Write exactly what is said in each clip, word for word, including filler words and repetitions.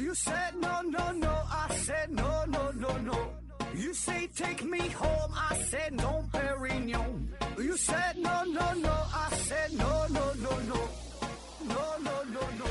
You said no, no, no, I said no, no, no, no. You say take me home, I said no, Perignon. You said no, no, no, I said no, no, no, no. No, no, no, no.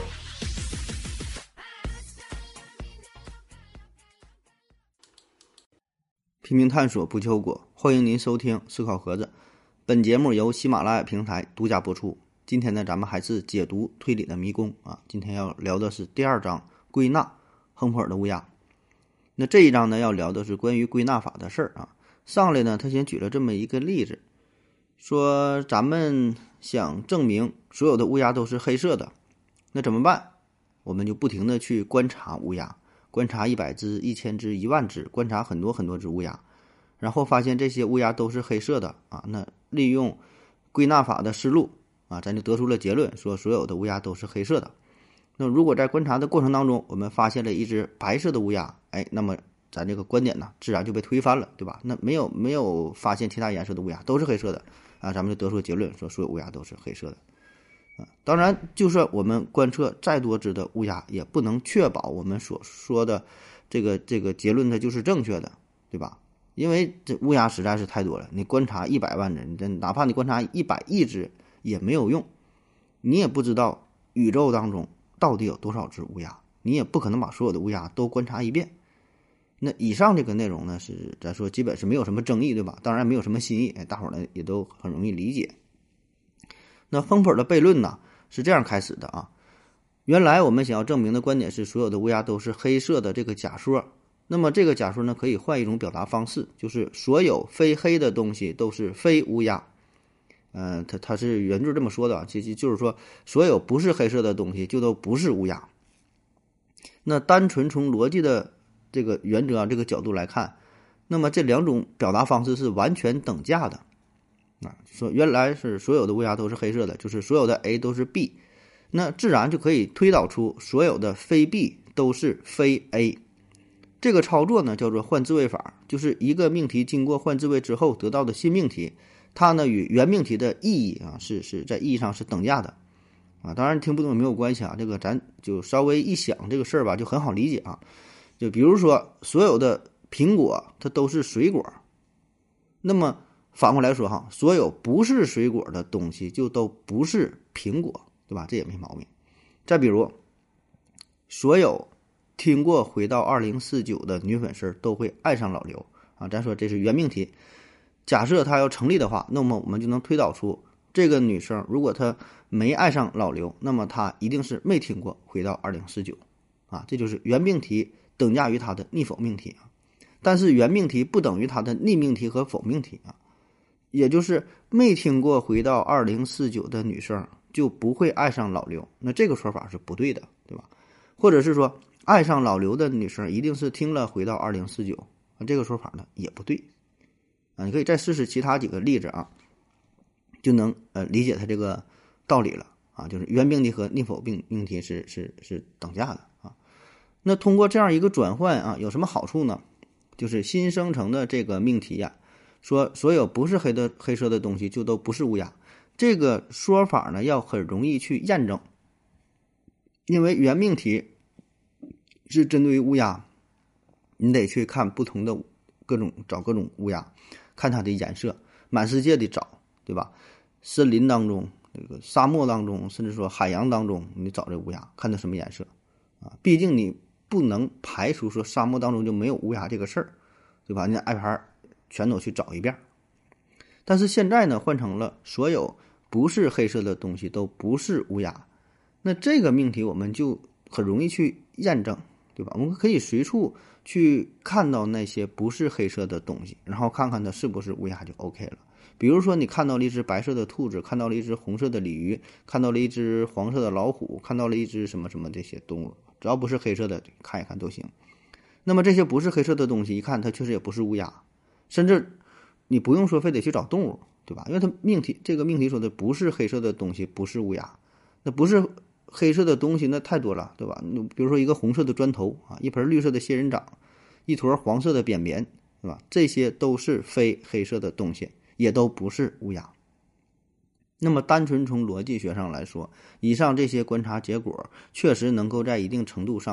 拼命探索不求果，欢迎您收听思考盒子。本节目由喜马拉雅平台独家播出。今天呢，咱们还是解读推理的迷宫啊。今天要聊的是第二章归纳，亨普尔的乌鸦。那这一章呢，要聊的是关于归纳法的事儿啊。上来呢，他先举了这么一个例子，说咱们想证明所有的乌鸦都是黑色的，那怎么办？我们就不停的去观察乌鸦，观察一百只、一千只、一万只，观察很多很多只乌鸦，然后发现这些乌鸦都是黑色的啊。那利用归纳法的思路啊，咱就得出了结论，说所有的乌鸦都是黑色的。那如果在观察的过程当中，我们发现了一只白色的乌鸦，哎，那么咱这个观点呢，自然就被推翻了，对吧？那没有没有发现其他颜色的乌鸦都是黑色的啊，咱们就得出结论，说所有乌鸦都是黑色的啊。当然，就算我们观测再多只的乌鸦，也不能确保我们所说的这个这个结论它就是正确的，对吧？因为这乌鸦实在是太多了，你观察一百万只，你哪怕你观察一百亿只也没有用，你也不知道宇宙当中到底有多少只乌鸦，你也不可能把所有的乌鸦都观察一遍。那以上这个内容呢，是咱说基本是没有什么争议，对吧？当然没有什么新意，大伙儿呢也都很容易理解。那亨普尔的悖论呢是这样开始的啊，原来我们想要证明的观点是所有的乌鸦都是黑色的这个假说，那么这个假说呢可以换一种表达方式，就是所有非黑的东西都是非乌鸦。呃，他他是原句这么说的，其实就是说所有不是黑色的东西就都不是乌鸦。那单纯从逻辑的这个原则啊这个角度来看，那么这两种表达方式是完全等价的啊。说原来是所有的乌鸦都是黑色的，就是所有的 A 都是 B， 那自然就可以推导出所有的非 B 都是非 A。 这个操作呢叫做换字位法，就是一个命题经过换字位之后得到的新命题，它呢与原命题的意义啊是是在意义上是等价的啊。当然听不懂也没有关系啊，这个咱就稍微一想这个事儿吧，就很好理解啊。就比如说所有的苹果它都是水果，那么反过来说哈，所有不是水果的东西就都不是苹果，对吧？这也没毛病。再比如所有听过回到二零四九的女粉丝都会爱上老刘啊，咱说这是原命题。假设它要成立的话，那么我们就能推导出这个女生如果她没爱上老刘，那么她一定是没听过回到二零四九啊，这就是原命题等价于它的逆否命题啊。但是原命题不等于它的逆命题和否命题啊，也就是没听过回到二零四九的女生就不会爱上老刘，那这个说法是不对的，对吧？或者是说爱上老刘的女生一定是听了回到二零四九，这个说法呢也不对啊。你可以再试试其他几个例子啊，就能呃理解它这个道理了啊。就是原命题和逆否命命题是是是等价的啊。那通过这样一个转换啊，有什么好处呢？就是新生成的这个命题呀、啊，说所有不是黑的黑色的东西就都不是乌鸦，这个说法呢要很容易去验证，因为原命题是针对于乌鸦，你得去看不同的各种找各种乌鸦，看它的颜色，满世界的找，对吧？森林当中、这个沙漠当中，甚至说海洋当中，你找这乌鸦，看它什么颜色啊？毕竟你不能排除说沙漠当中就没有乌鸦这个事儿，对吧？你挨排全都去找一遍。但是现在呢，换成了所有不是黑色的东西都不是乌鸦，那这个命题我们就很容易去验证，对吧？我们可以随处去看到那些不是黑色的东西，然后看看它是不是乌鸦就 OK 了。比如说你看到了一只白色的兔子，看到了一只红色的鲤鱼，看到了一只黄色的老虎，看到了一只什么什么这些动物，只要不是黑色的看一看都行。那么这些不是黑色的东西一看它确实也不是乌鸦，甚至你不用说非得去找动物，对吧？因为它命题这个命题说的不是黑色的东西不是乌鸦，那不是黑色的东西那太多了，对吧？比如说一个红色的砖头啊，一盆绿色的仙人掌，一坨黄色的便便，对吧？这些都是非黑色的东西，也都不是乌鸦。那么单纯从逻辑学上来说，以上这些观察结果确实能够在一定程度上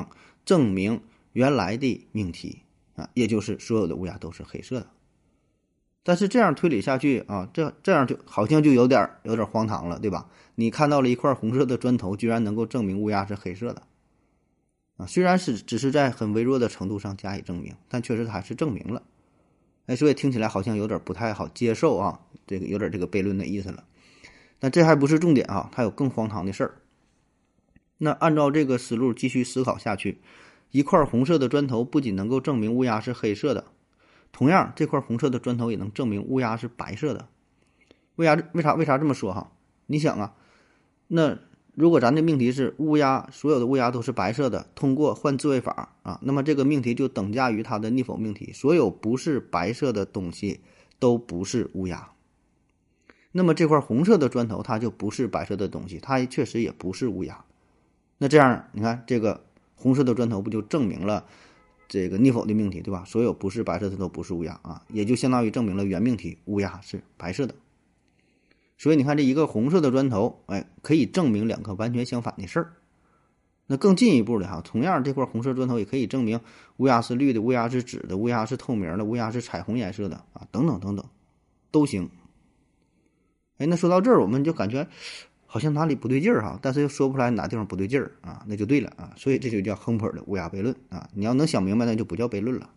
证明原来的命题啊，也就是所有的乌鸦都是黑色的。但是这样推理下去啊，这这样就好像就有点有点荒唐了，对吧？你看到了一块红色的砖头，居然能够证明乌鸦是黑色的啊！虽然是只是在很微弱的程度上加以证明，但确实还是证明了。哎，所以听起来好像有点不太好接受啊，这个有点这个悖论的意思了。但这还不是重点啊，还有更荒唐的事儿。那按照这个思路继续思考下去，一块红色的砖头不仅能够证明乌鸦是黑色的，同样这块红色的砖头也能证明乌鸦是白色的。为啥为啥为啥这么说哈？你想啊，那如果咱的命题是乌鸦，所有的乌鸦都是白色的，通过换自位法啊，那么这个命题就等价于它的逆否命题，所有不是白色的东西都不是乌鸦。那么这块红色的砖头它就不是白色的东西，它确实也不是乌鸦。那这样你看这个红色的砖头不就证明了这个逆否的命题，对吧？所有不是白色的都不是乌鸦啊，也就相当于证明了原命题乌鸦是白色的。所以你看这一个红色的砖头，哎，可以证明两个完全相反的事儿。那更进一步的哈，同样这块红色砖头也可以证明乌鸦是绿的，乌鸦是紫的，乌鸦是透明的，乌鸦是彩虹颜色的啊，等等等等，都行。哎，那说到这儿，我们就感觉好像哪里不对劲儿哈，但是又说不出来哪地方不对劲儿啊，那就对了啊，所以这就叫亨普尔的乌鸦悖论啊。你要能想明白，那就不叫悖论了。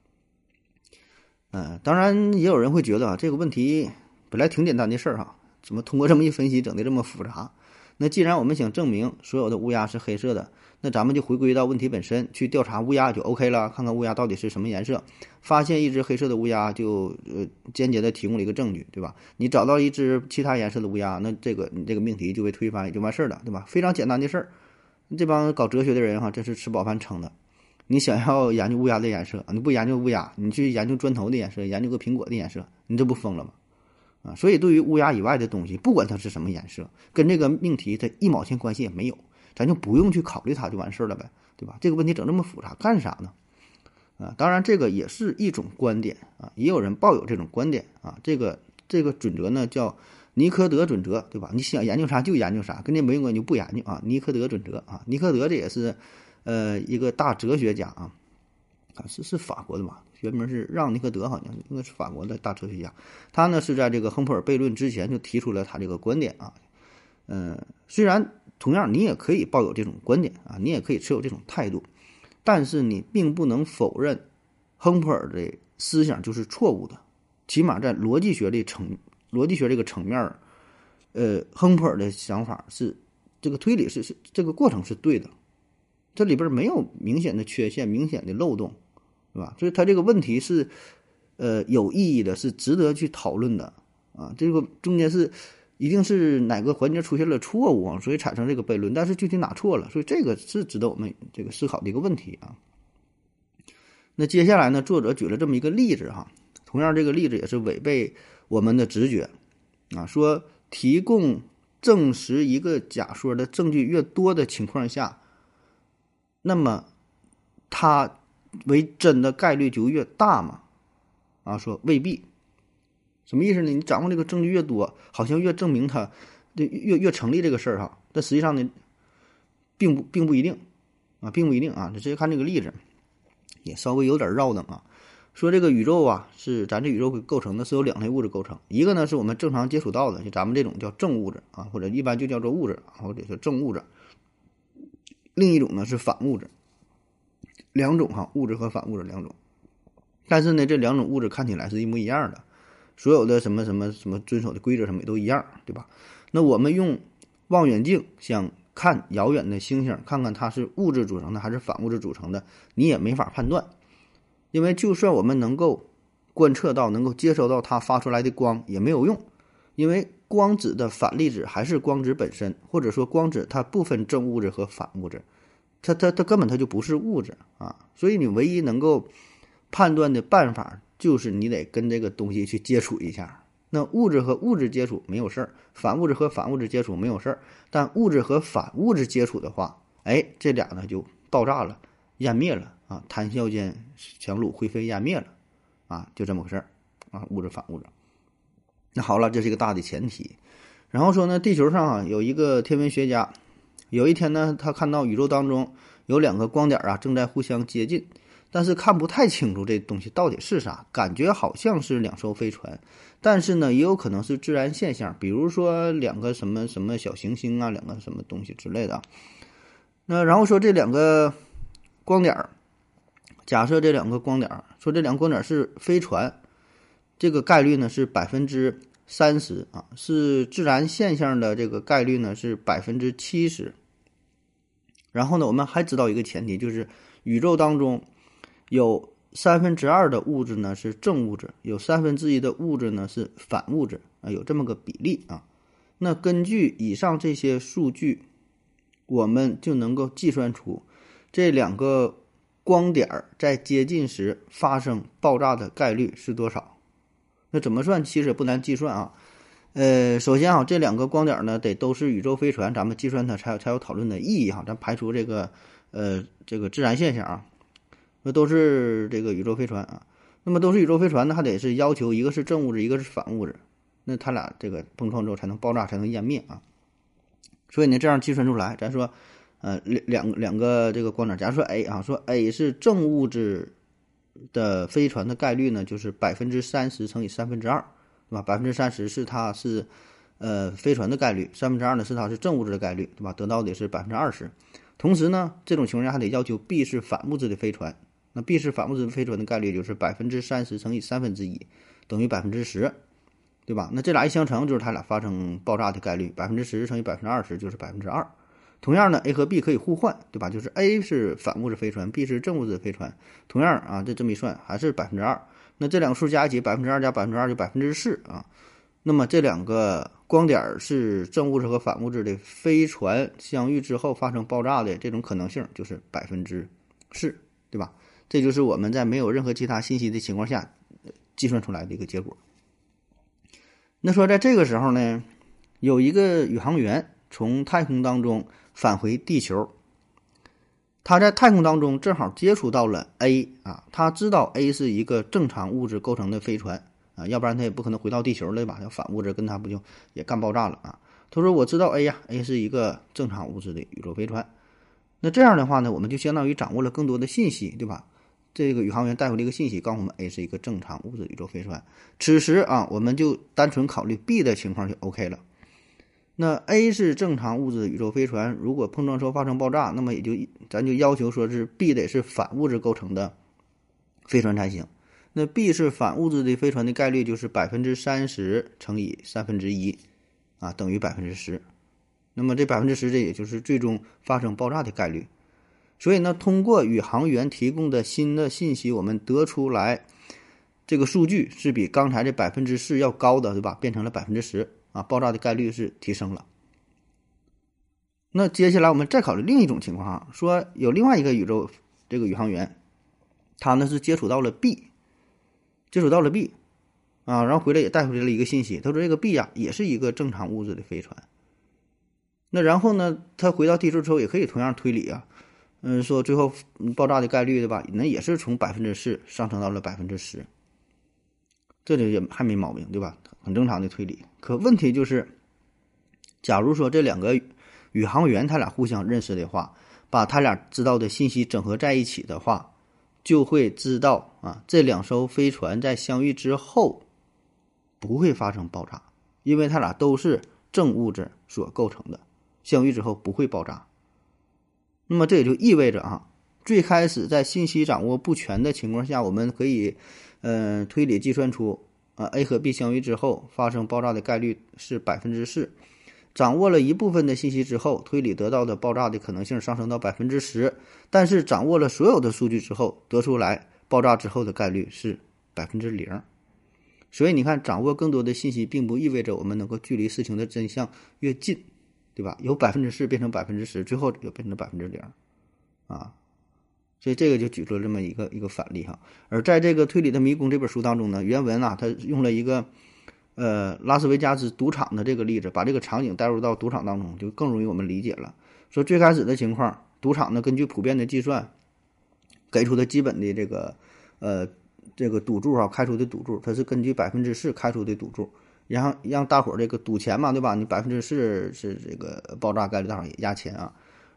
嗯、呃，当然也有人会觉得啊，这个问题本来挺简单的事儿哈，怎么通过这么一分析整的这么复杂？那既然我们想证明所有的乌鸦是黑色的，那咱们就回归到问题本身，去调查乌鸦就 OK 了，看看乌鸦到底是什么颜色。发现一只黑色的乌鸦就呃间接的提供了一个证据，对吧？你找到一只其他颜色的乌鸦，那这个你这个命题就被推翻，也就完事儿了，对吧？非常简单的事儿。这帮搞哲学的人哈，真是吃饱饭撑的。你想要研究乌鸦的颜色，你不研究乌鸦，你去研究砖头的颜色，研究个苹果的颜色，你这不疯了吗？啊，所以对于乌鸦以外的东西，不管它是什么颜色，跟这个命题它一毛钱关系也没有，咱就不用去考虑它就完事儿了呗，对吧？这个问题整这么复杂干啥呢？啊，当然这个也是一种观点啊，也有人抱有这种观点啊。这个这个准则呢叫尼科德准则，对吧？你想研究啥就研究啥，跟这没有关系就不研究啊。尼科德准则啊，尼科德这也是呃一个大哲学家啊，啊是是法国的吧？原名是让尼科德，好像应该是法国的大哲学家。他呢是在这个亨普尔悖论之前就提出了他这个观点啊。嗯、呃，虽然同样你也可以抱有这种观点啊，你也可以持有这种态度，但是你并不能否认亨普尔的思想就是错误的。起码在逻辑学的层逻辑学这个层面，呃，亨普尔的想法是这个推理是是这个过程是对的，这里边没有明显的缺陷、明显的漏洞。是吧？所以他这个问题是，呃，有意义的，是值得去讨论的啊。这个中间是一定是哪个环节出现了错误啊，所以产生这个悖论。但是具体哪错了，所以这个是值得我们这个思考的一个问题啊。那接下来呢，作者举了这么一个例子哈，同样这个例子也是违背我们的直觉啊，说提供证实一个假说的证据越多的情况下，那么它为真的概率就越大嘛？啊，说未必，什么意思呢？你掌握这个证据越多，好像越证明它，越越越成立这个事儿哈。但实际上呢，并不并不一定啊，并不一定啊。直接看这个例子，也稍微有点绕的啊。说这个宇宙啊，是咱这宇宙构成的是由两类物质构成，一个呢是我们正常接触到的，就咱们这种叫正物质啊，或者一般就叫做物质，或者是正物质。另一种呢是反物质。两种哈，物质和反物质两种，但是呢，这两种物质看起来是一模一样的，所有的什么什么什么遵守的规则什么也都一样，对吧？那我们用望远镜想看遥远的星星，看看它是物质组成的还是反物质组成的，你也没法判断，因为就算我们能够观测到、能够接收到它发出来的光也没有用，因为光子的反粒子还是光子本身，或者说光子它不分正物质和反物质。它它它根本它就不是物质啊，所以你唯一能够判断的办法就是你得跟这个东西去接触一下。那物质和物质接触没有事儿，反物质和反物质接触没有事儿，但物质和反物质接触的话，哎，这俩呢就爆炸了，湮灭了啊，谈笑间樯橹灰飞烟灭了啊，就这么个事儿啊，物质反物质。那好了，这是一个大的前提。然后说呢，地球上啊有一个天文学家。有一天呢，他看到宇宙当中有两个光点啊正在互相接近，但是看不太清楚这东西到底是啥，感觉好像是两艘飞船，但是呢也有可能是自然现象，比如说两个什么什么小行星啊，两个什么东西之类的。那然后说这两个光点，假设这两个光点，说这两个光点是飞船，这个概率呢是百分之三十啊，是自然现象的这个概率呢是百分之七十。然后呢，我们还知道一个前提，就是宇宙当中有三分之二的物质呢是正物质，有三分之一的物质呢是反物质啊，有这么个比例啊。那根据以上这些数据，我们就能够计算出这两个光点在接近时发生爆炸的概率是多少。那怎么算？其实也不难计算啊。呃，首先啊，这两个光点呢得都是宇宙飞船，咱们计算它才有才有讨论的意义哈。咱排除这个呃这个自然现象啊，那都是这个宇宙飞船啊。那么都是宇宙飞船呢，还得是要求一个是正物质，一个是反物质，那它俩这个碰撞之后才能爆炸，才能湮灭啊。所以呢，这样计算出来，咱说，呃，两两两个这个光点，假如说 A 啊，说 A 是正物质的飞船的概率呢，就是百分之三十乘以三分之二。对吧？百分之三十是它是，呃，飞船的概率，三分之二呢是它是正物质的概率，对吧？得到的是百分之二十。同时呢，这种情况下还得要求 B 是反物质的飞船，那 B 是反物质的飞船的概率就是百分之三十乘以三分之一，等于百分之十，对吧？那这俩一相乘就是它俩发生爆炸的概率，百分之十乘以百分之二十就是百分之二。同样呢 ，A 和 B 可以互换，对吧？就是 A 是反物质飞船 ，B 是正物质的飞船，同样啊，这这么一算还是百分之二。那这两个数加一起，百分之二加百分之二就百分之四啊。那么这两个光点是正物质和反物质的飞船相遇之后发生爆炸的这种可能性就是百分之四，对吧？这就是我们在没有任何其他信息的情况下计算出来的一个结果。那说在这个时候呢，有一个宇航员从太空当中返回地球。他在太空当中正好接触到了 A 啊，他知道 A 是一个正常物质构成的飞船啊，要不然他也不可能回到地球了吧？要反物质跟他不就也干爆炸了啊？他说我知道 A 呀 ，A 是一个正常物质的宇宙飞船。那这样的话呢，我们就相当于掌握了更多的信息，对吧？这个宇航员带回了一个信息，告诉我们 A 是一个正常物质宇宙飞船。此时啊，我们就单纯考虑 B 的情况就 OK 了。那 A 是正常物质的宇宙飞船，如果碰撞之后发生爆炸，那么也就咱就要求说是 B 得是反物质构成的飞船才行。那 B 是反物质的飞船的概率就是百分之三十乘以三分之一啊，等于百分之十。那么这百分之十，这也就是最终发生爆炸的概率。所以呢，通过宇航员提供的新的信息，我们得出来这个数据是比刚才这百分之四要高的，对吧？变成了百分之十。啊，爆炸的概率是提升了。那接下来我们再考虑另一种情况啊，说有另外一个宇宙这个宇航员，他呢是接触到了 B， 接触到了 B 啊，然后回来也带回来了一个信息，他说这个 B 啊也是一个正常物质的飞船。那然后呢，他回到地球之后也可以同样推理啊，嗯，说最后爆炸的概率对吧？那也是从百分之四上升到了百分之十。这里也还没毛病，对吧？很正常的推理。可问题就是，假如说这两个宇航员他俩互相认识的话，把他俩知道的信息整合在一起的话，就会知道啊，这两艘飞船在相遇之后不会发生爆炸，因为他俩都是正物质所构成的，相遇之后不会爆炸。那么这也就意味着啊，最开始在信息掌握不全的情况下，我们可以呃推理计算出啊 A 和 B 相遇之后发生爆炸的概率是百分之四。掌握了一部分的信息之后，推理得到的爆炸的可能性上升到百分之十。但是掌握了所有的数据之后，得出来爆炸之后的概率是百分之零。所以你看，掌握更多的信息，并不意味着我们能够距离事情的真相越近，对吧？由百分之四变成百分之十，最后又变成百分之零，啊。所以这个就举出了这么一个一个反例哈。而在这个《推理的迷宫》这本书当中呢，原文啊，他用了一个呃拉斯维加斯赌场的这个例子，把这个场景带入到赌场当中，就更容易我们理解了。说最开始的情况，赌场呢根据普遍的计算，给出的基本的这个呃这个赌注啊，开出的赌注，它是根据百分之四开出的赌注，然后让大伙儿这个赌钱嘛，对吧？你百分之四是这个爆炸概率，大伙儿也压钱啊。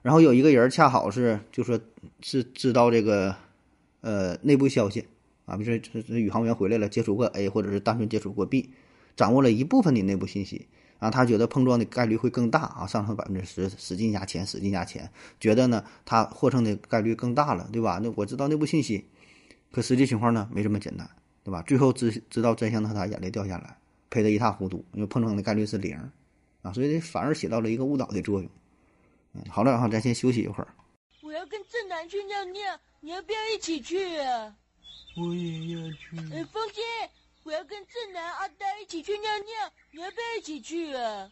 然后有一个人恰好是就说是知道这个呃内部消息啊，比如说这宇航员回来了，接触过 A 或者是单纯接触过 B， 掌握了一部分的内部信息啊，他觉得碰撞的概率会更大啊，上升百分之十，使劲压钱，使劲压钱，觉得呢他获胜的概率更大了，对吧？那我知道内部信息，可实际情况呢没这么简单，对吧？最后知知道真相的他眼泪掉下来，赔得一塌糊涂，因为碰撞的概率是零啊，所以反而起到了一个误导的作用。嗯，好了，好，咱先休息一会儿。 我要跟正南去尿尿，你要不要一起去啊？ 我也要去。 呃，风姐，我要跟正南、阿呆一起去尿尿，你要不要一起去啊？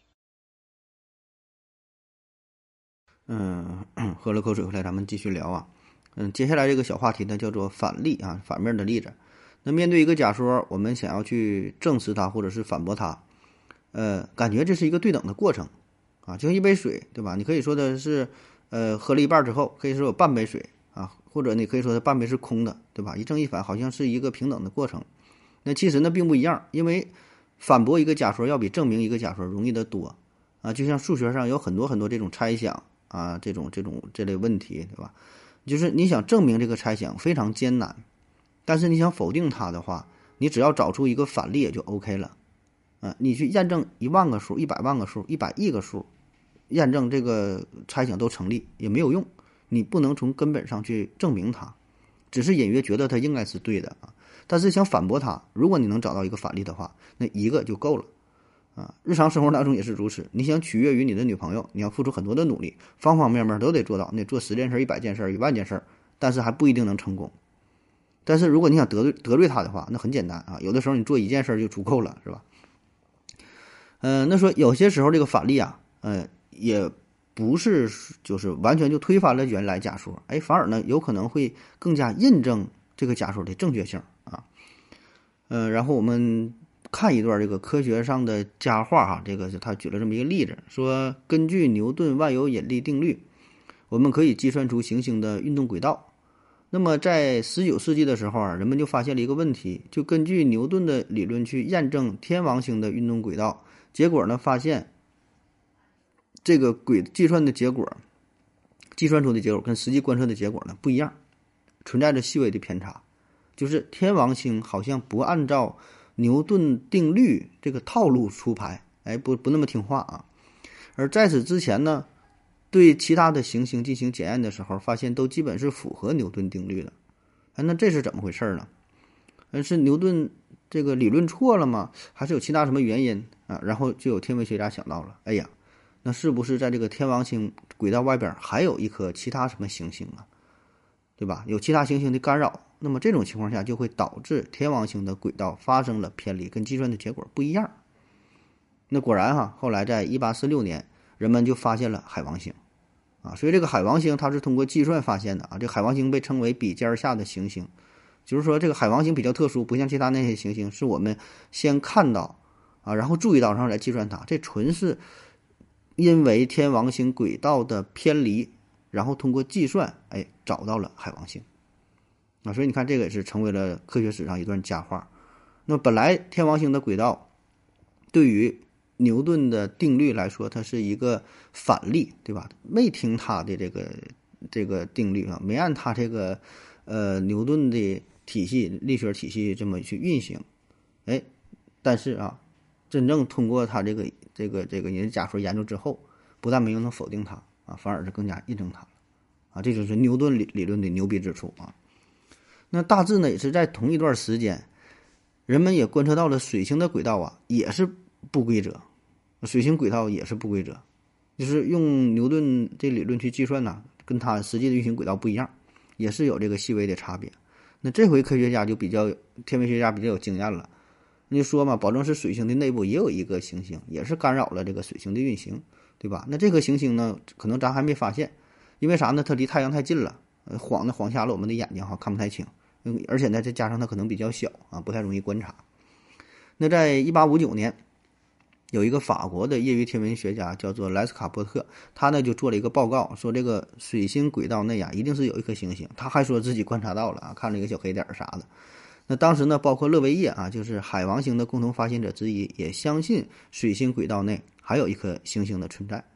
嗯，喝了口水回来，咱们继续聊啊。嗯，接下来这个小话题呢，叫做反例啊，反面的例子。那面对一个假说，我们想要去证实它或者是反驳它，呃，感觉这是一个对等的过程啊，就像一杯水，对吧？你可以说的是，呃，喝了一半之后，可以说有半杯水啊，或者你可以说它半杯是空的，对吧？一正一反，好像是一个平等的过程。那其实呢，并不一样，因为反驳一个假说要比证明一个假说容易得多啊。就像数学上有很多很多这种猜想啊，这种这种这类问题，对吧？就是你想证明这个猜想非常艰难，但是你想否定它的话，你只要找出一个反例也就 OK 了。啊，你去验证一万个数、一百万个数、一百亿个数，验证这个猜想都成立也没有用，你不能从根本上去证明它，只是隐约觉得它应该是对的啊。但是想反驳它，如果你能找到一个反例的话，那一个就够了啊。日常生活当中也是如此，你想取悦于你的女朋友，你要付出很多的努力，方方面面都得做到，你得做十件事、一百件事、一万件事，但是还不一定能成功。但是如果你想得罪得罪她的话，那很简单啊，有的时候你做一件事就足够了，是吧？嗯、呃，那说有些时候这个反例啊，呃，也不是就是完全就推翻了原来假说，哎，反而呢有可能会更加印证这个假说的正确性啊。呃，然后我们看一段这个科学上的佳话哈，这个是他举了这么一个例子，说根据牛顿万有引力定律，我们可以计算出行星的运动轨道。那么在十九世纪的时候啊，人们就发现了一个问题，就根据牛顿的理论去验证天王星的运动轨道，结果呢发现这个轨计算的结果，计算出的结果跟实际观测的结果呢不一样，存在着细微的偏差，就是天王星好像不按照牛顿定律这个套路出牌，哎，不不那么听话啊。而在此之前呢，对其他的行星进行检验的时候，发现都基本是符合牛顿定律的。哎，那这是怎么回事呢？呃，是牛顿这个理论错了吗？还是有其他什么原因啊？然后就有天文学家想到了，哎呀，那是不是在这个天王星轨道外边还有一颗其他什么行星啊？对吧？有其他行星的干扰，那么这种情况下就会导致天王星的轨道发生了偏离，跟计算的结果不一样。那果然哈，后来在一八四六年，人们就发现了海王星啊，所以这个海王星它是通过计算发现的啊。这个海王星被称为比尖下的行星，就是说这个海王星比较特殊，不像其他那些行星是我们先看到啊，然后注意到然后来计算它，这纯是因为天王星轨道的偏离，然后通过计算，哎，找到了海王星啊。所以你看，这个也是成为了科学史上一段佳话。那本来天王星的轨道对于牛顿的定律来说，它是一个反例，对吧？没听他的这个这个定律啊，没按他这个呃牛顿的体系力学体系这么去运行，哎，但是啊，真正通过他这个这个这个人假说研究之后，不但没有能否定它啊，反而是更加印证它了啊，这就是牛顿理理论的牛逼之处啊。那大致呢也是在同一段时间，人们也观测到了水星的轨道啊，也是不规则，水星轨道也是不规则，就是用牛顿这理论去计算呢、啊，跟它实际的运行轨道不一样，也是有这个细微的差别。那这回科学家就比较，天文学家比较有经验了，你说嘛，保证是水星的内部也有一个行星，也是干扰了这个水星的运行，对吧？那这个行星呢，可能咱还没发现，因为啥呢？它离太阳太近了，呃，晃的晃瞎了我们的眼睛哈，看不太清。嗯，而且呢，再加上它可能比较小啊，不太容易观察。那在一八五九年，有一个法国的业余天文学家叫做莱斯卡波特，他呢就做了一个报告，说这个水星轨道内呀一定是有一颗行星，他还说自己观察到了啊，看了一个小黑点啥的。那当时呢，包括勒维叶啊，就是海王星的共同发现者之一，也相信水星轨道内还有一颗行星的存在。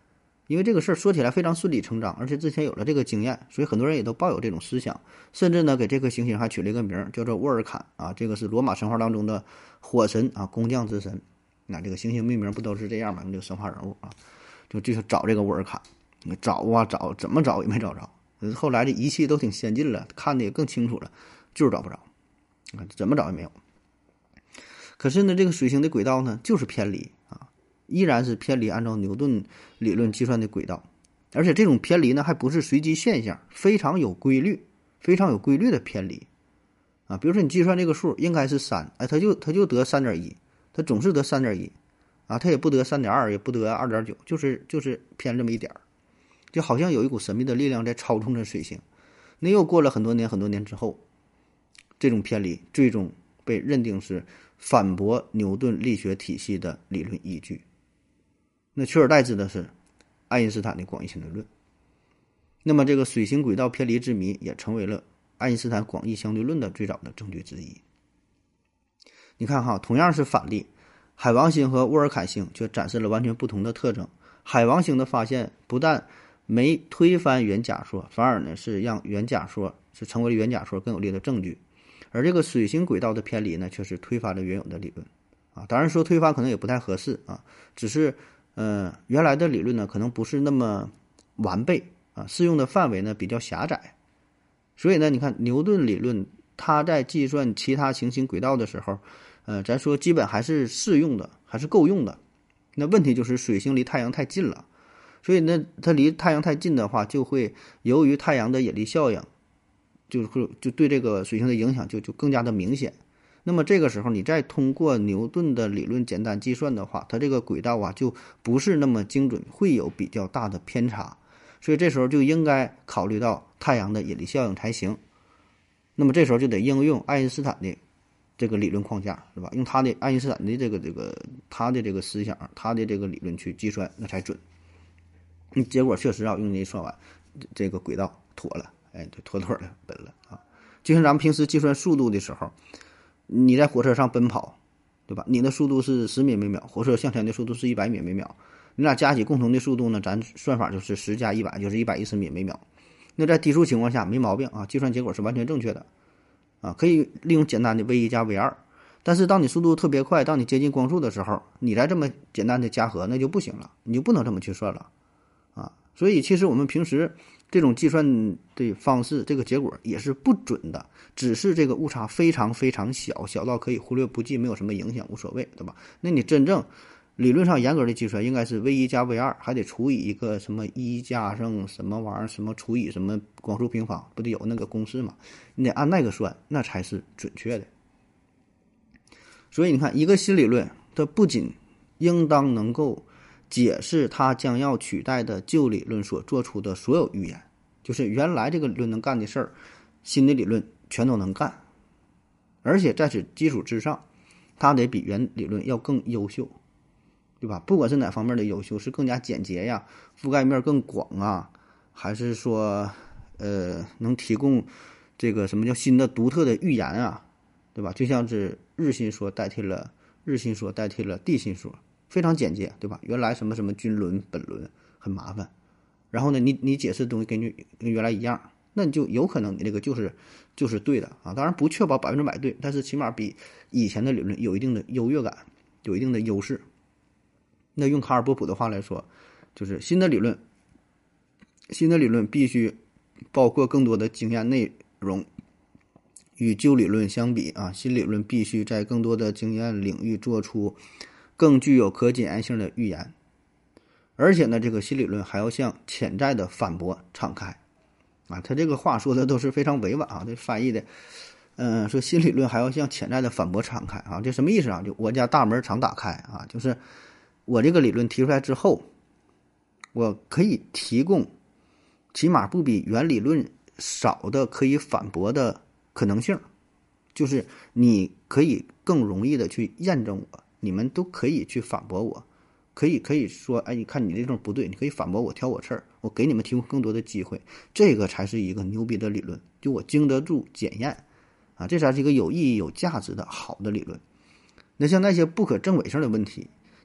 因为这个事儿说起来非常顺理成章，而且之前有了这个经验，所以很多人也都抱有这种思想，甚至呢给这颗行星还取了一个名儿，叫做沃尔坎啊，这个是罗马神话当中的火神啊，工匠之神。那这个行星命名不都是这样吗？这个神话人物啊，就就找这个沃尔坎，找啊找，怎么找也没找着。后来这仪器都挺先进了，看的也更清楚了，就是找不着，怎么找也没有。可是呢，这个水星的轨道呢，就是偏离啊，依然是偏离按照牛顿理论计算的轨道，而且这种偏离呢，还不是随机现象，非常有规律，非常有规律的偏离啊。比如说你计算这个数应该是三，哎，它就它就得三点一，它总是得三点一啊，它也不得三点二，也不得二点九，就是就是偏这么一点儿，就好像有一股神秘的力量在操纵着水星。那又过了很多年很多年之后，这种偏离最终被认定是反驳牛顿力学体系的理论依据。那取而代之的是爱因斯坦的广义相对论。那么这个水星轨道偏离之谜也成为了爱因斯坦广义相对论的最早的证据之一。你看哈，同样是反例，海王星和沃尔坎星却展示了完全不同的特征。海王星的发现不但没推翻原假说，反而呢是让原假说是成为了原假说更有力的证据。而这个水星轨道的偏离呢，却是推翻了原有的理论啊。当然说推翻可能也不太合适啊，只是呃原来的理论呢可能不是那么完备啊，适用的范围呢比较狭窄。所以呢，你看牛顿理论它在计算其他行星轨道的时候，呃咱说基本还是适用的，还是够用的。那问题就是水星离太阳太近了，所以呢它离太阳太近的话，就会由于太阳的引力效应，就会就对这个水星的影响就就更加的明显。那么这个时候你再通过牛顿的理论简单计算的话，它这个轨道啊就不是那么精准，会有比较大的偏差。所以这时候就应该考虑到太阳的引力效应才行。那么这时候就得应用爱因斯坦的这个理论框架，是吧？用他的爱因斯坦的这个这个他的这个思想，他的这个理论去计算，那才准。结果确实啊，用这一算完，这个轨道妥了，哎，就妥妥的本了啊。就像咱们平时计算速度的时候，你在火车上奔跑，对吧？你的速度是十米每秒，火车向前的速度是一百米每秒，你俩加起共同的速度呢，咱算法就是十加一百，就是一百一十米每秒。那在低速情况下没毛病啊，计算结果是完全正确的啊，可以利用简单的 v 一加 v 二。但是当你速度特别快，当你接近光速的时候，你再这么简单的加和那就不行了，你就不能这么去算了啊。所以其实我们平时这种计算的方式，这个结果也是不准的，只是这个误差非常非常小，小到可以忽略不计，没有什么影响，无所谓，对吧？那你真正理论上严格的计算应该是 v 一加 v 二，还得除以一个什么一加上什么玩意儿，什么除以什么光速平方，不得有那个公式嘛？你得按那个算，那才是准确的。所以你看，一个新理论它不仅应当能够解释它将要取代的旧理论所做出的所有预言，就是原来这个理论能干的事儿，新的理论全都能干，而且在此基础之上，它得比原理论要更优秀，对吧？不管是哪方面的优秀，是更加简洁呀，覆盖面更广啊，还是说呃能提供这个什么叫新的独特的预言啊，对吧？就像是日心说代替了日心说代替了地心说，非常简洁，对吧？原来什么什么均轮本轮很麻烦，然后呢你你解释的东西跟跟原来一样，那你就有可能你这个就是就是对的啊。当然不确保百分之百对，但是起码比以前的理论有一定的优越感，有一定的优势。那用卡尔波普的话来说，就是新的理论新的理论必须包括更多的经验内容，与旧理论相比啊，新理论必须在更多的经验领域做出更具有可检验性的预言，而且呢，这个新理论还要向潜在的反驳敞开啊。他这个话说的都是非常委婉啊，这翻译的，嗯、呃，说新理论还要向潜在的反驳敞开啊，这什么意思啊？就我家大门常打开啊，就是我这个理论提出来之后，我可以提供起码不比原理论少的可以反驳的可能性，就是你可以更容易的去验证我，你们都可以去反驳我，可以可以说，哎，你看你这种不对，你可以反驳我，挑我刺儿，我给你们提供更多的机会，这个才是一个牛逼的理论，就我经得住检验啊，这才是一个有意义、有价值的好的理论。那像那些不可证伪性的问题，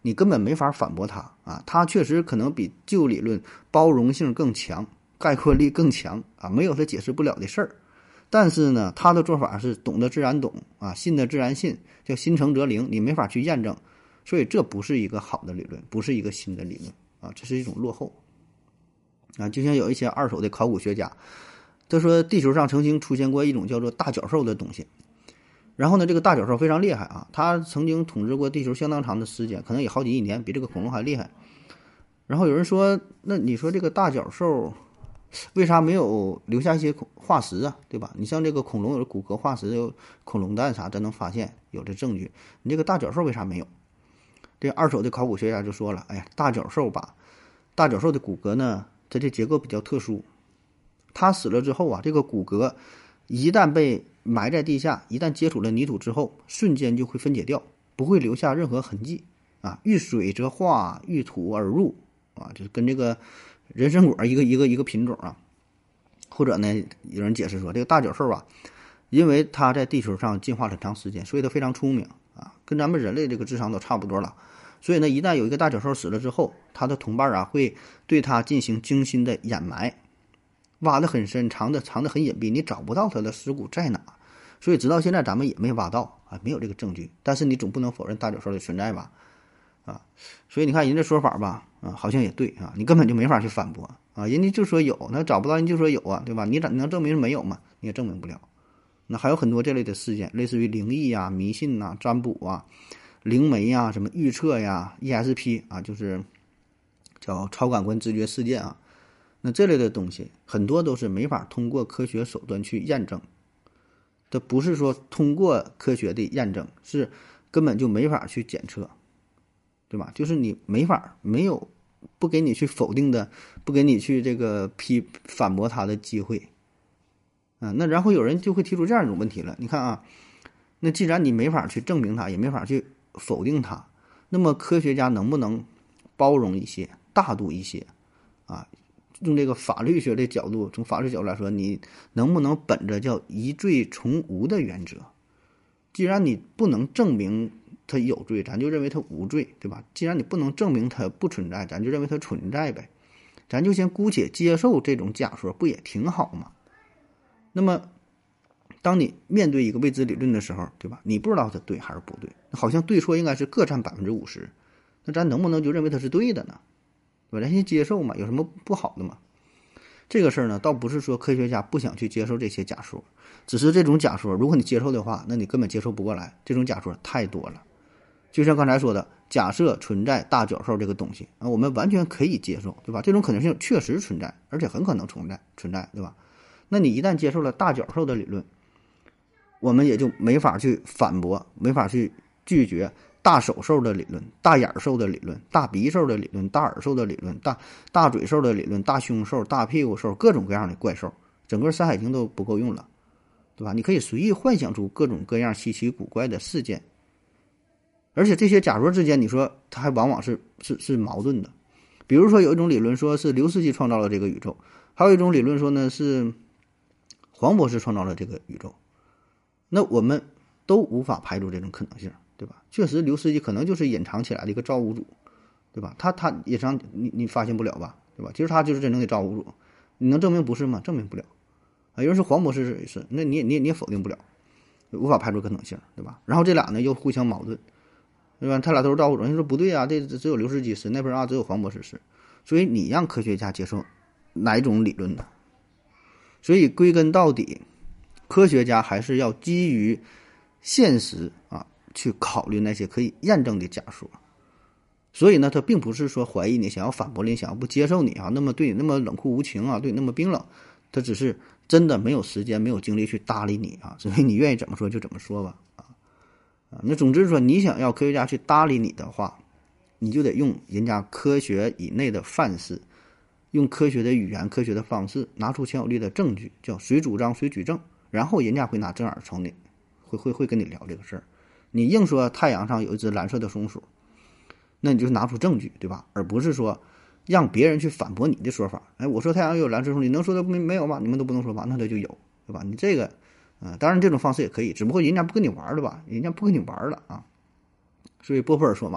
你根本没法反驳他啊，他确实可能比旧理论包容性更强，概括力更强啊，没有他解释不了的事儿。但是呢，他的做法是懂得自然懂啊，信得自然信，叫心诚则灵，你没法去验证，所以这不是一个好的理论，不是一个新的理论啊，这是一种落后啊。就像有一些二手的考古学家，他说地球上曾经出现过一种叫做大角兽的东西，然后呢，这个大角兽非常厉害啊，它曾经统治过地球相当长的时间，可能也好几亿年，比这个恐龙还厉害。然后有人说，那你说这个大角兽为啥没有留下一些化石啊，对吧？你像这个恐龙有的骨骼化石，有恐龙蛋啥，咱能发现有这证据，你这个大角兽为啥没有？这二手的考古学家就说了，哎呀，大角兽吧，大角兽的骨骼呢，它这结构比较特殊，它死了之后啊，这个骨骼一旦被埋在地下，一旦接触了泥土之后，瞬间就会分解掉，不会留下任何痕迹啊。遇水则化，遇土而入啊，就是跟这个人参果一个一个一个品种啊。或者呢，有人解释说，这个大角兽啊，因为它在地球上进化了很长时间，所以它非常聪明啊，跟咱们人类这个智商都差不多了。所以呢，一旦有一个大角兽死了之后，它的同伴啊会对它进行精心的掩埋，挖得很深，藏的藏得很隐蔽，你找不到它的尸骨在哪。所以直到现在咱们也没挖到啊，没有这个证据。但是你总不能否认大角兽的存在吧？啊，所以你看人家说法吧，啊，好像也对啊，你根本就没法去反驳啊，人家就说有，那找不到人就说有啊，对吧？你咋能证明没有嘛？你也证明不了。那还有很多这类的事件，类似于灵异啊、迷信啊、占卜啊、灵媒啊、什么预测呀、E S P 啊，就是叫超感官知觉事件啊。那这类的东西很多都是没法通过科学手段去验证，这不是说通过科学的验证，是根本就没法去检测，对吧？就是你没法，没有不给你去否定的，不给你去这个批反驳他的机会啊。那然后有人就会提出这样一种问题了，你看啊，那既然你没法去证明它，也没法去否定它，那么科学家能不能包容一些，大度一些啊？用这个法律学的角度，从法律角度来说，你能不能本着叫疑罪从无的原则？既然你不能证明他有罪，咱就认为他无罪，对吧？既然你不能证明他不存在，咱就认为他存在呗，咱就先姑且接受这种假说，不也挺好吗？那么当你面对一个未知理论的时候，对吧？你不知道它对还是不对，好像对错应该是各占百分之五十，那咱能不能就认为它是对的呢？对吧？咱先接受嘛，有什么不好的嘛？这个事儿呢，倒不是说科学家不想去接受这些假说，只是这种假说，如果你接受的话，那你根本接受不过来，这种假说太多了。就像刚才说的，假设存在大角兽这个东西啊，我们完全可以接受，对吧？这种可能性确实存在，而且很可能存在存在，对吧？那你一旦接受了大角兽的理论，我们也就没法去反驳，没法去拒绝大手兽的理论、大眼兽的理论、大鼻兽的理论、大耳兽的理论、大大嘴兽的理论、大胸兽、大屁股兽，各种各样的怪兽，整个《山海经》都不够用了，对吧？你可以随意幻想出各种各样稀奇古怪的事件，而且这些假说之间，你说它还往往是是是矛盾的。比如说有一种理论说是刘世奇创造了这个宇宙，还有一种理论说呢是黄博士创造了这个宇宙，那我们都无法排除这种可能性，对吧？确实刘世奇可能就是隐藏起来的一个造物主，对吧？他他隐藏你你发现不了吧，对吧？其实他就是真正的造物主，你能证明不是吗？证明不了啊。有人说黄博士是是，那你也你也你也否定不了，无法排除可能性，对吧？然后这俩呢又互相矛盾，对吧？他俩都是造物主，人说不对啊，这只有刘世奇是，那边啊只有黄博士是，所以你让科学家接受哪一种理论呢？所以归根到底，科学家还是要基于现实啊去考虑那些可以验证的假说。所以呢，他并不是说怀疑你，想要反驳你，想要不接受你啊，那么对你那么冷酷无情啊，对你那么冰冷，他只是真的没有时间没有精力去搭理你啊，所以你愿意怎么说就怎么说吧啊啊。那总之说，你想要科学家去搭理你的话，你就得用人家科学以内的范式，用科学的语言、科学的方式，拿出强有力的证据，叫谁主张谁举证，然后人家会拿正耳瞅你，会会会跟你聊这个事儿。你硬说太阳上有一只蓝色的松鼠，那你就拿出证据，对吧？而不是说让别人去反驳你的说法。哎，我说太阳有蓝色松鼠，你能说的没没有吗？你们都不能说吧？那它就有，对吧？你这个，呃，当然这种方式也可以，只不过人家不跟你玩了吧？人家不跟你玩了啊。所以波普尔说嘛，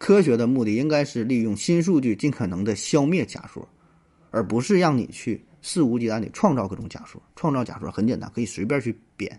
科学的目的应该是利用新数据尽可能的消灭假说，而不是让你去肆无忌惮地创造各种假说。创造假说很简单，可以随便去编。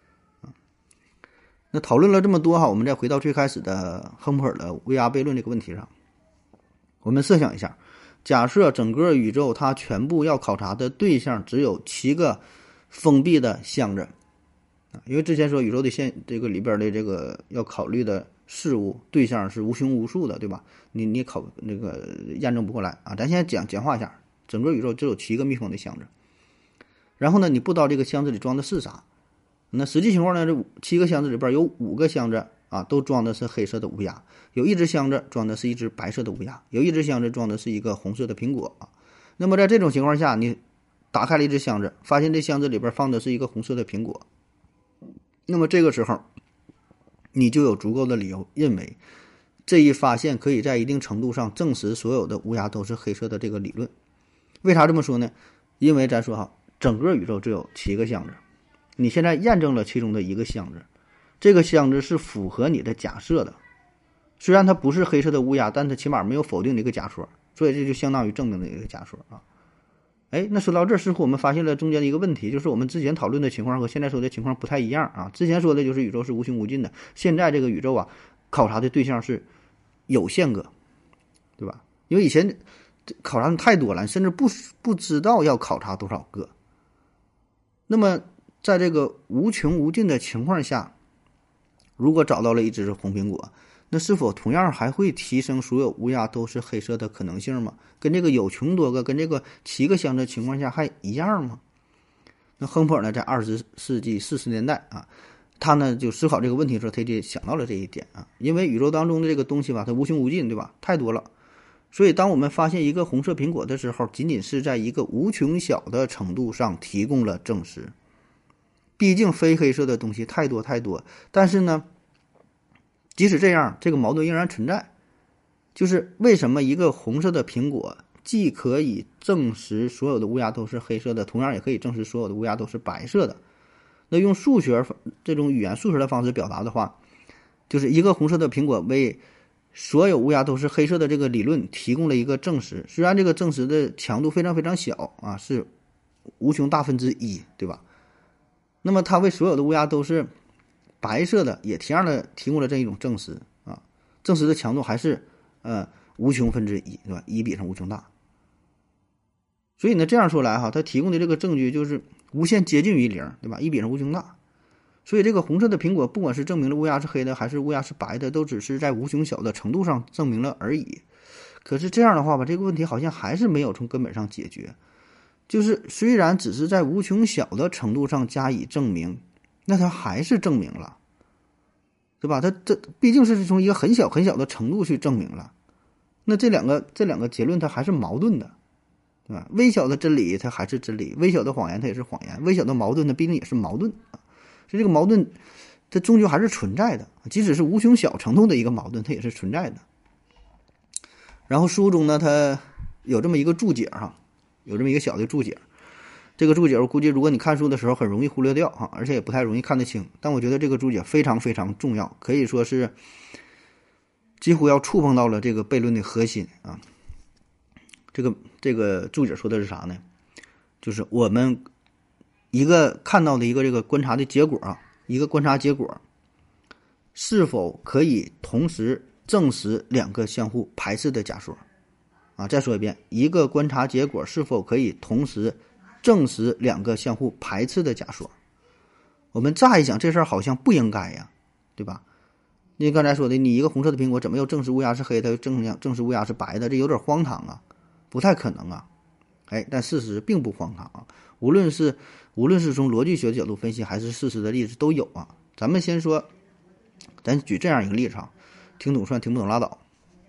那讨论了这么多哈，我们再回到最开始的亨普尔的乌鸦悖论这个问题上。我们设想一下，假设整个宇宙它全部要考察的对象只有七个封闭的箱子，因为之前说宇宙的现这个里边的这个要考虑的事物对象是无穷无数的，对吧？你你考那个验证不过来啊。咱现在讲简化一下，整个宇宙只有七个密封的箱子，然后呢，你不知道这个箱子里装的是啥。那实际情况呢，这七个箱子里边有五个箱子啊，都装的是黑色的乌鸦，有一只箱子装的是一只白色的乌鸦，有一只箱子装的是一个红色的苹果啊。那么在这种情况下，你打开了一只箱子，发现这箱子里边放的是一个红色的苹果，那么这个时候你就有足够的理由认为这一发现可以在一定程度上证实所有的乌鸦都是黑色的这个理论。为啥这么说呢？因为咱说哈，整个宇宙只有七个箱子，你现在验证了其中的一个箱子，这个箱子是符合你的假设的，虽然它不是黑色的乌鸦，但它起码没有否定的一个假说，所以这就相当于证明的一个假说啊。哎，那说到这儿，似乎我们发现了中间的一个问题，就是我们之前讨论的情况和现在说的情况不太一样啊。之前说的就是宇宙是无穷无尽的，现在这个宇宙啊，考察的对象是有限个，对吧？因为以前考察的太多了，甚至不不知道要考察多少个。那么在这个无穷无尽的情况下，如果找到了一只红苹果，那是否同样还会提升所有乌鸦都是黑色的可能性吗？跟这个有穷多个，跟这个七个箱子情况下还一样吗？那亨普尔呢，在二十世纪四十年代啊，他呢就思考这个问题的时候，他就想到了这一点啊，因为宇宙当中的这个东西吧，它无穷无尽，对吧？太多了，所以当我们发现一个红色苹果的时候，仅仅是在一个无穷小的程度上提供了证实。毕竟非黑色的东西太多太多，但是呢，即使这样，这个矛盾仍然存在，就是为什么一个红色的苹果既可以证实所有的乌鸦都是黑色的，同样也可以证实所有的乌鸦都是白色的。那用数学这种语言数学的方式表达的话，就是一个红色的苹果为所有乌鸦都是黑色的这个理论提供了一个证实，虽然这个证实的强度非常非常小啊，是无穷大分之一，对吧？那么它为所有的乌鸦都是白色的也同样的提供了这一种证实啊，证实的强度还是呃无穷分之一，对吧？一比上无穷大。所以呢，这样说来哈，它提供的这个证据就是无限接近于零，对吧？一比上无穷大。所以这个红色的苹果不管是证明了乌鸦是黑的还是乌鸦是白的，都只是在无穷小的程度上证明了而已。可是这样的话吧，这个问题好像还是没有从根本上解决。就是虽然只是在无穷小的程度上加以证明，那它还是证明了，对吧？它这毕竟是从一个很小很小的程度去证明了，那这两个这两个结论它还是矛盾的，对吧？微小的真理它还是真理，微小的谎言它也是谎言，微小的矛盾它毕竟也是矛盾啊。所以这个矛盾它终究还是存在的，即使是无穷小程度的一个矛盾，它也是存在的。然后书中呢，它有这么一个注解哈。有这么一个小的注解，这个注解我估计如果你看书的时候很容易忽略掉哈，而且也不太容易看得清。但我觉得这个注解非常非常重要，可以说是几乎要触碰到了这个悖论的核心啊。这个这个注解说的是啥呢？就是我们一个看到的一个这个观察的结果啊，一个观察结果是否可以同时证实两个相互排斥的假说。啊，再说一遍，一个观察结果是否可以同时证实两个相互排斥的假说？我们乍一想，这事儿好像不应该呀，对吧？你刚才说的，你一个红色的苹果怎么又证实乌鸦是黑的，又证证实乌鸦是白的？这有点荒唐啊，不太可能啊。哎，但事实并不荒唐啊。无论是无论是从逻辑学的角度分析，还是事实的例子都有啊。咱们先说，咱举这样一个例子啊，听懂算，听不懂拉倒。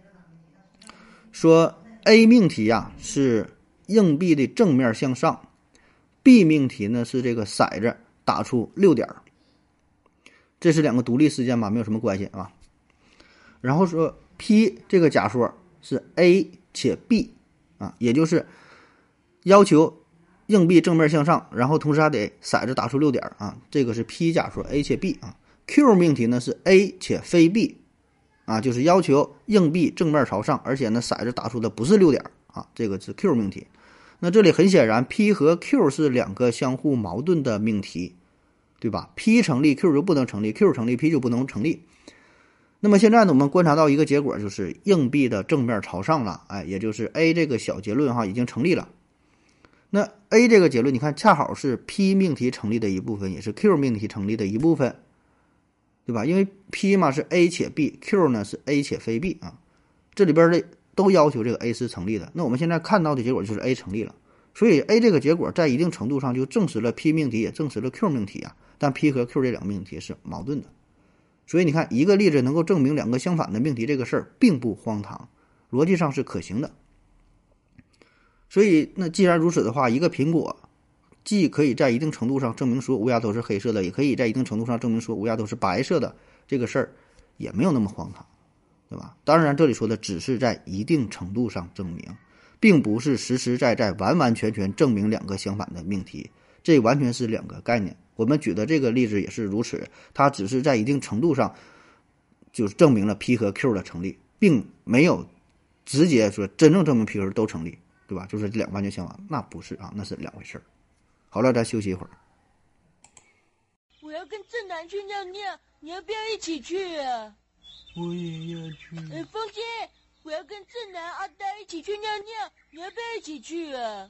说 A 命题呀、啊、是硬币的正面向上 ，B 命题呢是这个骰子打出六点，这是两个独立事件吧，没有什么关系啊。然后说 P 这个假说是 A 且 B 啊，也就是要求硬币正面向上，然后同时还得骰子打出六点啊，这个是 P 假说 A 且 B 啊。Q 命题呢是 A 且非 B 啊，就是要求硬币正面朝上，而且呢骰子打出的不是六点啊，这个是 Q 命题。那这里很显然 P 和 Q 是两个相互矛盾的命题，对吧？ P 成立 Q 就不能成立， Q 成立 P 就不能成立。那么现在呢，我们观察到一个结果，就是硬币的正面朝上了，哎，也就是 A 这个小结论哈已经成立了。那 A 这个结论你看恰好是 P 命题成立的一部分，也是 Q 命题成立的一部分，对吧？因为 P 嘛是 A 且 B， Q 呢是 A 且非 B 啊，这里边的都要求这个 A 是成立的。那我们现在看到的结果就是 A 成立了，所以 A 这个结果在一定程度上就证实了 P 命题，也证实了 Q 命题啊。但 P 和 Q 这两个命题是矛盾的，所以你看一个例子能够证明两个相反的命题，这个事儿并不荒唐，逻辑上是可行的。所以那既然如此的话，一个苹果既可以在一定程度上证明说乌鸦都是黑色的，也可以在一定程度上证明说乌鸦都是白色的，这个事儿也没有那么荒唐，对吧？当然这里说的只是在一定程度上证明，并不是实实在在完完全全证明两个相反的命题，这完全是两个概念。我们举的这个例子也是如此，它只是在一定程度上就是证明了 P 和 Q 的成立，并没有直接说真正证明 P 和 Q 都成立，对吧？就是两完全相反，那不是啊，那是两回事儿。好了，再休息一会儿。 我要跟正南去尿尿，你要不要一起去啊？ 我也要去。 呃，风姐，我要跟正南、阿呆一起去尿尿，你要不要一起去啊？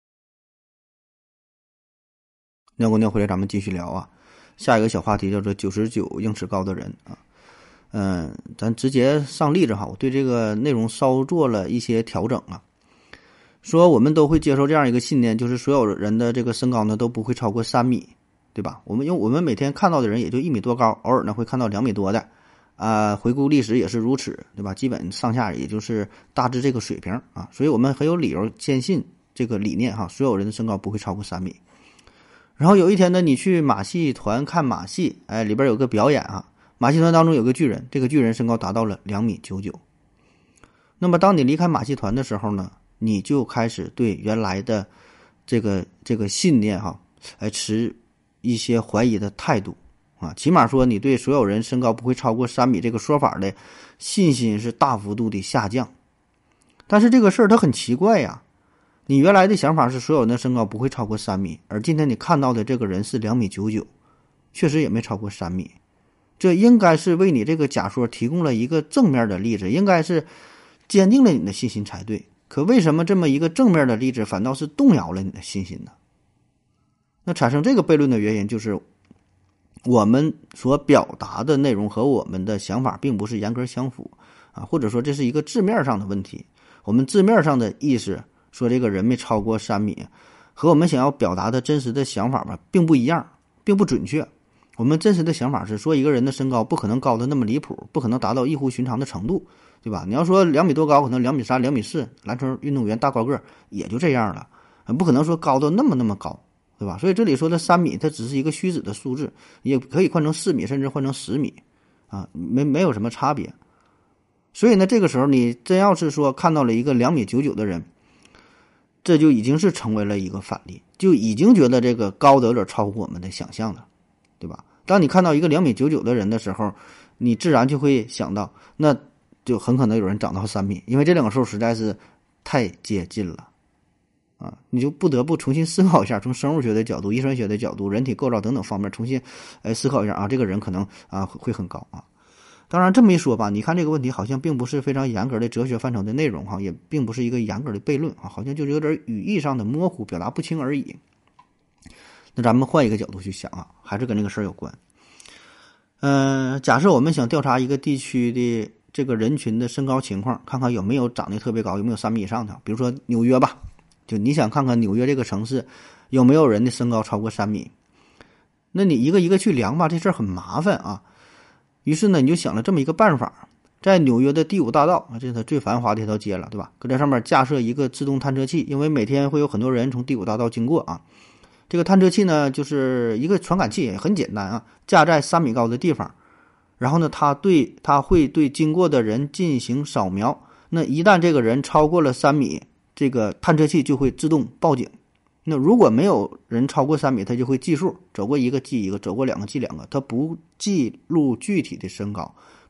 尿过尿回来，咱们继续聊啊。下一个小话题叫做九十九英尺高的人啊。嗯，咱直接上例子哈，我对这个内容稍做了一些调整啊。说我们都会接受这样一个信念，就是所有人的这个身高呢都不会超过三米，对吧？我们因为我们每天看到的人也就一米多高，偶尔呢会看到两米多的，啊、呃，回顾历史也是如此，对吧？基本上下也就是大致这个水平啊，所以我们很有理由坚信这个理念哈，所有人的身高不会超过三米。然后有一天呢，你去马戏团看马戏，哎，里边有个表演啊，马戏团当中有个巨人，这个巨人身高达到了两米九九。那么当你离开马戏团的时候呢，你就开始对原来的这个这个信念哈，哎，持一些怀疑的态度啊。起码说你对所有人身高不会超过三米这个说法的信心是大幅度的下降。但是这个事儿它很奇怪呀。你原来的想法是所有人的身高不会超过三米，而今天你看到的这个人是两米九九，确实也没超过三米，这应该是为你这个假说提供了一个正面的例子，应该是坚定了你的信心才对。可为什么这么一个正面的例子反倒是动摇了你的信心呢？那产生这个悖论的原因就是我们所表达的内容和我们的想法并不是严格相符啊，或者说这是一个字面上的问题。我们字面上的意思说这个人没超过三米，和我们想要表达的真实的想法吧，并不一样，并不准确。我们真实的想法是说一个人的身高不可能高的那么离谱，不可能达到异乎寻常的程度，对吧？你要说两米多高，可能两米三、两米四，篮球运动员大高个也就这样了，不可能说高到那么那么高，对吧？所以这里说的三米，它只是一个虚指的数字，也可以换成四米，甚至换成十米，啊，没没有什么差别。所以呢，这个时候你真要是说看到了一个两米九九的人，这就已经是成为了一个反例，就已经觉得这个高的有点超乎我们的想象了，对吧？当你看到一个两米九九的人的时候，你自然就会想到，那就很可能有人长到三米，因为这两个数实在是太接近了啊！你就不得不重新思考一下，从生物学的角度、遗传学的角度、人体构造等等方面重新来思考一下啊，这个人可能啊会很高啊。当然这么一说吧，你看这个问题好像并不是非常严格的哲学范畴的内容哈，也并不是一个严格的悖论啊，好像就是有点语义上的模糊，表达不清而已。那咱们换一个角度去想啊，还是跟这个事儿有关。嗯、呃，假设我们想调查一个地区的这个人群的身高情况，看看有没有长得特别高，有没有三米以上的，比如说纽约吧，就你想看看纽约这个城市有没有人的身高超过三米，那你一个一个去量吧，这事儿很麻烦啊。于是呢，你就想了这么一个办法，在纽约的第五大道啊，这是它最繁华的一条街了，对吧？搁这上面架设一个自动探测器，因为每天会有很多人从第五大道经过啊。这个探测器呢，就是一个传感器，很简单啊，架在三米高的地方，然后呢，它对它会对经过的人进行扫描。那一旦这个人超过了三米，这个探测器就会自动报警。那如果没有人超过三米，它就会计数，走过一个记一个，走过两个记两个，它不记录具体的身高，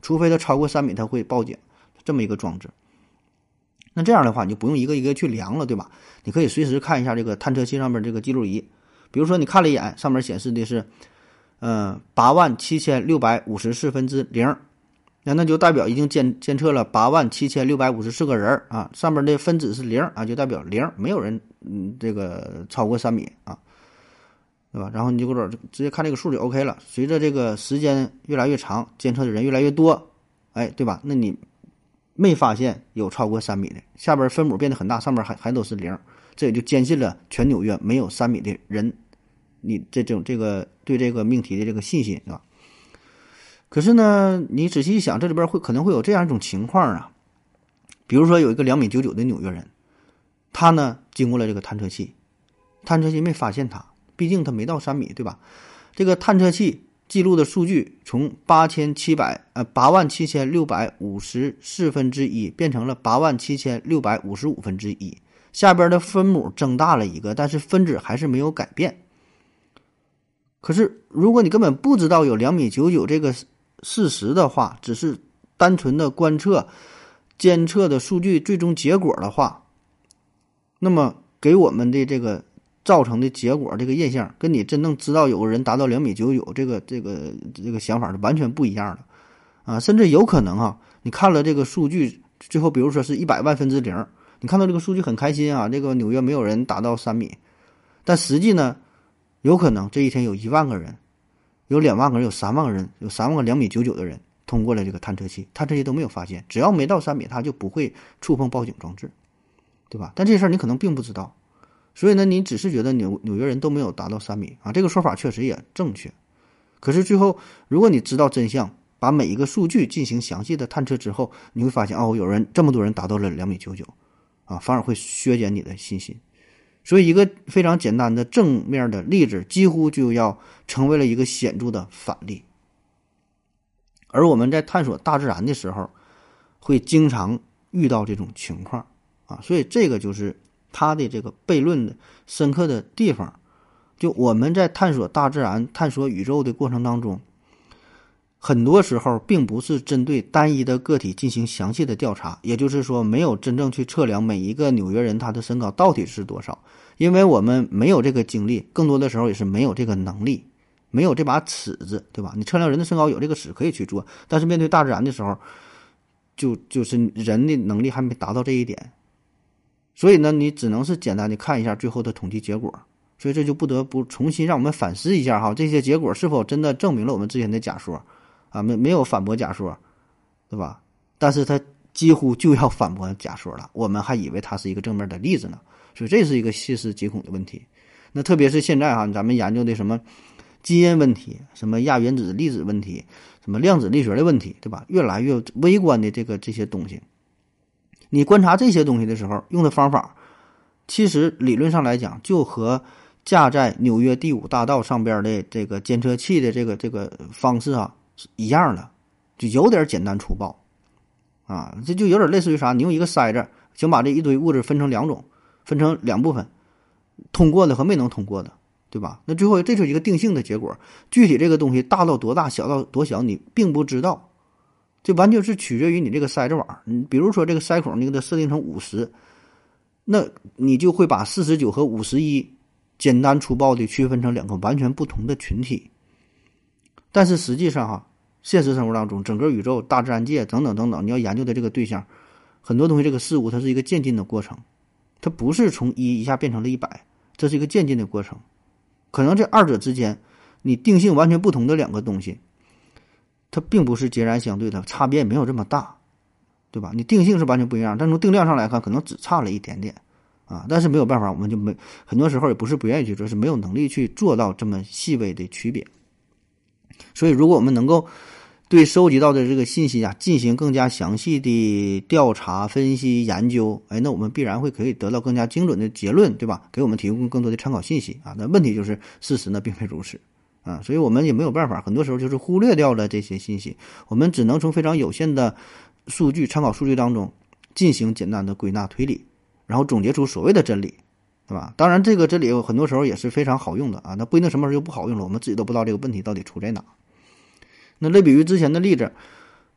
除非它超过三米，它会报警，这么一个装置。那这样的话，你就不用一个一个去量了，对吧？你可以随时看一下这个探测器上面这个记录仪，比如说你看了一眼，上面显示的是，呃，八万七千六百五十四分之零，那那就代表已经监监测了八万七千六百五十四个人啊，上面的分子是零啊，就代表零，没有人嗯这个超过三米啊。对吧？然后你就直接看这个数就 OK 了。随着这个时间越来越长，监测的人越来越多，哎，对吧？那你没发现有超过三米的，下边分母变得很大，上面还还都是零，这也就坚信了全纽约没有三米的人。你这种这个对这个命题的这个信心是吧？可是呢，你仔细一想，这里边会可能会有这样一种情况啊，比如说有一个两米九九的纽约人，他呢经过了这个探测器，探测器没发现他。毕竟它没到三米，对吧？这个探测器记录的数据从八千七百呃八万七千六百五十四分之一变成了八万七千六百五十五分之一，下边的分母增大了一个，但是分子还是没有改变。可是如果你根本不知道有两米九九这个事实的话，只是单纯的观测监测的数据最终结果的话，那么给我们的这个造成的结果，这个印象跟你真正知道有个人达到两米九九，这个这个这个想法是完全不一样的啊！甚至有可能哈、啊，你看了这个数据，最后比如说是一百万分之零，你看到这个数据很开心啊，这个纽约没有人达到三米，但实际呢，有可能这一天有一万个人，有两万个人，有三万个人，有三万个两米九九的人通过了这个探测器，探测器都没有发现，只要没到三米，他就不会触碰报警装置，对吧？但这事儿你可能并不知道。所以呢，你只是觉得纽纽约人都没有达到三米啊，这个说法确实也正确。可是最后，如果你知道真相，把每一个数据进行详细的探测之后，你会发现哦，有人这么多人达到了两米九九，啊，反而会削减你的信心。所以，一个非常简单的正面的例子，几乎就要成为了一个显著的反例。而我们在探索大自然的时候，会经常遇到这种情况啊，所以这个就是他的这个悖论的深刻的地方。就我们在探索大自然、探索宇宙的过程当中，很多时候并不是针对单一的个体进行详细的调查，也就是说没有真正去测量每一个纽约人他的身高到底是多少，因为我们没有这个精力，更多的时候也是没有这个能力，没有这把尺子，对吧？你测量人的身高有这个尺可以去做，但是面对大自然的时候，就就是人的能力还没达到这一点，所以呢，你只能是简单的看一下最后的统计结果。所以这就不得不重新让我们反思一下哈，这些结果是否真的证明了我们之前的假说啊？没没有反驳假说，对吧？但是它几乎就要反驳假说了，我们还以为它是一个正面的例子呢。所以这是一个细思极恐的问题。那特别是现在哈，咱们研究的什么基因问题，什么亚原子粒子问题，什么量子力学的问题，对吧？越来越微观的这个这些东西，你观察这些东西的时候用的方法，其实理论上来讲就和架在纽约第五大道上边的这个监测器的这个这个方式啊是一样的，就有点简单粗暴啊，这就有点类似于啥？你用一个筛子想把这一堆物质分成两种，分成两部分，通过的和没能通过的，对吧？那最后这就是一个定性的结果，具体这个东西大到多大，小到多小，你并不知道，这完全是取决于你这个筛子网。你比如说这个筛孔你给它设定成五十，那你就会把四十九和五十一简单粗暴地区分成两个完全不同的群体。但是实际上哈，现实生活当中，整个宇宙、大自然界等等等等，你要研究的这个对象，很多东西这个事物它是一个渐进的过程，它不是从一一下变成了一百，这是一个渐进的过程。可能这二者之间，你定性完全不同的两个东西，它并不是截然相对的，差别也没有这么大，对吧？你定性是完全不一样，但从定量上来看，可能只差了一点点。啊，但是没有办法，我们就没很多时候也不是不愿意去做，是没有能力去做到这么细微的区别。所以，如果我们能够对收集到的这个信息啊进行更加详细的调查、分析、研究，哎，那我们必然会可以得到更加精准的结论，对吧？给我们提供更多的参考信息啊。那问题就是事实呢并非如此啊，所以我们也没有办法，很多时候就是忽略掉了这些信息，我们只能从非常有限的数据、参考数据当中进行简单的归纳推理。然后总结出所谓的真理，对吧？当然这个真理很多时候也是非常好用的啊，那不一定什么时候就不好用了，我们自己都不知道这个问题到底出在哪。那类比于之前的例子，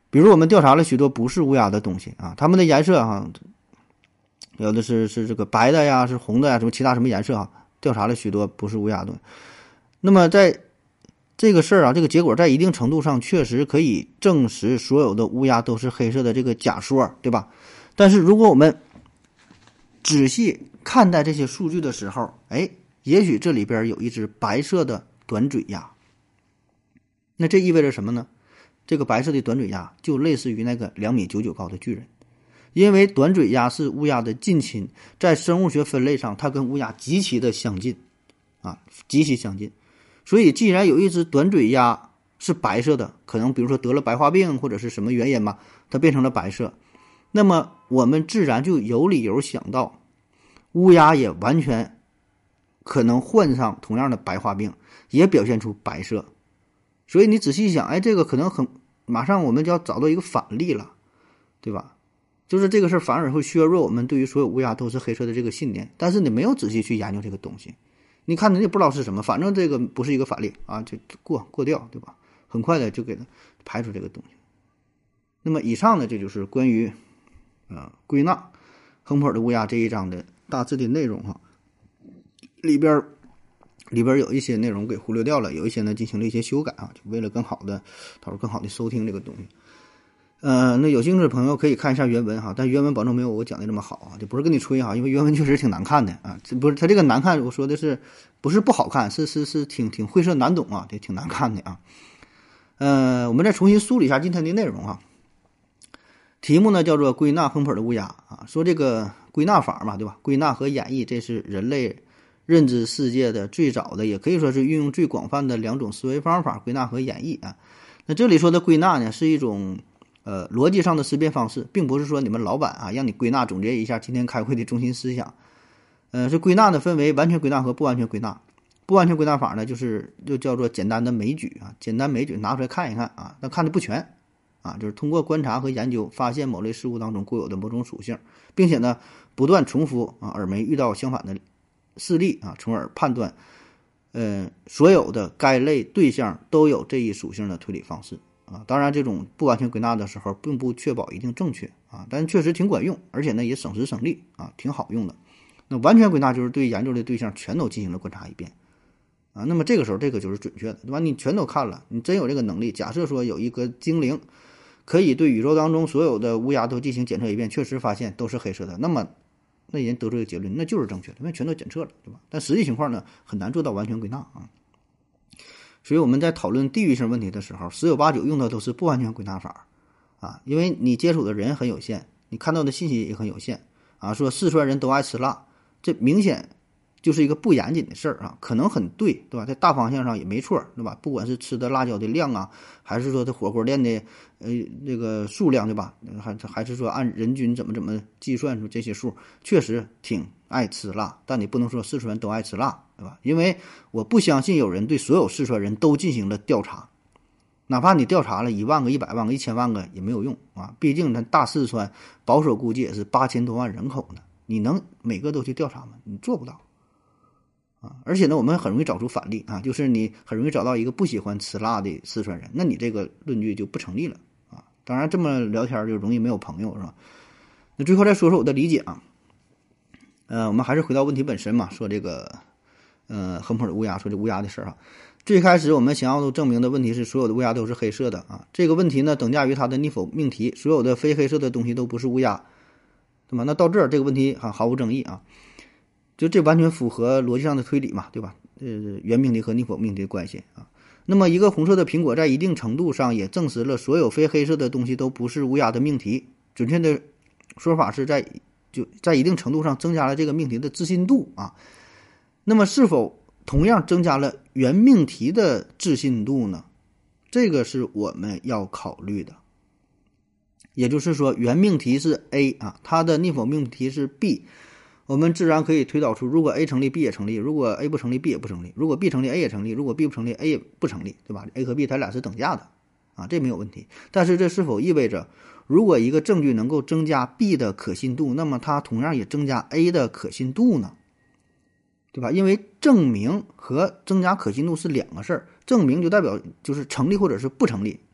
比如我们调查了许多不是乌鸦的东西啊，它们的颜色哈、啊，有的是是这个白的呀，是红的呀，什么其他什么颜色啊，调查了许多不是乌鸦的东西。那么在这个事儿啊，这个结果在一定程度上确实可以证实所有的乌鸦都是黑色的这个假说，对吧？但是如果我们仔细看待这些数据的时候，哎，也许这里边有一只白色的短嘴鸦。那这意味着什么呢？这个白色的短嘴鸦就类似于那个两米九九高的巨人，因为短嘴鸦是乌鸦的近亲，在生物学分类上，它跟乌鸦极其的相近啊，极其相近。所以，既然有一只短嘴鸦是白色的，可能比如说得了白化病或者是什么原因嘛，它变成了白色，那么我们自然就有理由想到，乌鸦也完全可能患上同样的白化病，也表现出白色。所以你仔细想，哎，这个可能很马上我们就要找到一个反例了，对吧？就是这个事儿反而会削弱我们对于所有乌鸦都是黑色的这个信念，但是你没有仔细去研究这个东西。你看你也不知道是什么，反正这个不是一个反例啊，就过过掉，对吧？很快的就给它排除这个东西。那么以上呢，这就是关于呃归纳亨普尔的乌鸦这一章的大致的内容哈。里边里边有一些内容给忽略掉了，有一些呢进行了一些修改啊，就为了更好的讨论更好的收听这个东西。呃，那有兴趣的朋友可以看一下原文哈，但原文保证没有我讲的这么好啊，就不是跟你吹哈，因为原文确实挺难看的啊，这不是它这个难看，我说的是不是不好看，是是是挺挺晦涩难懂啊，这挺难看的啊。呃，我们再重新梳理一下今天的内容啊。题目呢叫做归纳亨普尔的乌鸦啊，说这个归纳法嘛，对吧？归纳和演绎，这是人类认知世界的最早的，也可以说是运用最广泛的两种思维方法，归纳和演绎啊。那这里说的归纳呢，是一种呃，逻辑上的思辨方式，并不是说你们老板啊让你归纳总结一下今天开会的中心思想。呃，是归纳呢分为完全归纳和不完全归纳。不完全归纳法呢，就是就叫做简单的枚举啊，简单枚举拿出来看一看啊，但看的不全啊，就是通过观察和研究发现某类事物当中固有的某种属性，并且呢不断重复啊，而没遇到相反的事例啊，从而判断呃所有的该类对象都有这一属性的推理方式。啊，当然，这种不完全归纳的时候，并不确保一定正确啊，但确实挺管用，而且呢也省时省力啊，挺好用的。那完全归纳就是对研究的对象全都进行了观察一遍啊，那么这个时候这个就是准确的，对吧？你全都看了，你真有这个能力。假设说有一个精灵可以对宇宙当中所有的乌鸦都进行检测一遍，确实发现都是黑色的，那么那人得出一个结论，那就是正确的，因为全都检测了，对吧？但实际情况呢，很难做到完全归纳啊。所以我们在讨论地域性问题的时候，十有八九用的都是不完全归纳法啊，因为你接触的人很有限，你看到的信息也很有限啊。说四川人都爱吃辣，这明显就是一个不严谨的事儿啊，可能很对，对吧？在大方向上也没错，对吧？不管是吃的辣椒的量啊，还是说这火锅店的呃这个数量，对吧？还还是说按人均怎么怎么计算出这些数，确实挺爱吃辣，但你不能说四川人都爱吃辣，对吧？因为我不相信有人对所有四川人都进行了调查，哪怕你调查了一万个、一百万个、一千万个也没有用啊！毕竟咱大四川保守估计也是八千多万人口呢，你能每个都去调查吗？你做不到啊！而且呢，我们很容易找出反例啊，就是你很容易找到一个不喜欢吃辣的四川人，那你这个论据就不成立了啊！当然，这么聊天就容易没有朋友，是吧？那最后再说说我的理解啊。呃，我们还是回到问题本身嘛，说这个，呃，亨普尔乌鸦，说这乌鸦的事儿啊。最开始我们想要证明的问题是所有的乌鸦都是黑色的啊，这个问题呢等价于它的逆否命题，所有的非黑色的东西都不是乌鸦，对吧？那到这儿这个问题啊毫无争议啊，就这完全符合逻辑上的推理嘛，对吧？呃，原命题和逆否命题的关系啊。那么一个红色的苹果在一定程度上也证实了所有非黑色的东西都不是乌鸦的命题，准确的说法是在就在一定程度上增加了这个命题的置信度啊。那么是否同样增加了原命题的置信度呢？这个是我们要考虑的。也就是说，原命题是 A 啊，它的逆否命题是 B， 我们自然可以推导出，如果 A 成立 ，B 也成立；如果 A 不成立 ，B 也不成立；如果 B 成立 ，A 也成立；如果 B 不成立 ，A 也不成立，对吧 ？A 和 B 它俩是等价的啊，这没有问题。但是这是否意味着，如果一个证据能够增加 B 的可信度，那么它同样也增加 A 的可信度呢？对吧？因为证明和增加可信度是两个事儿，证明就代表就是成立或者是不成立，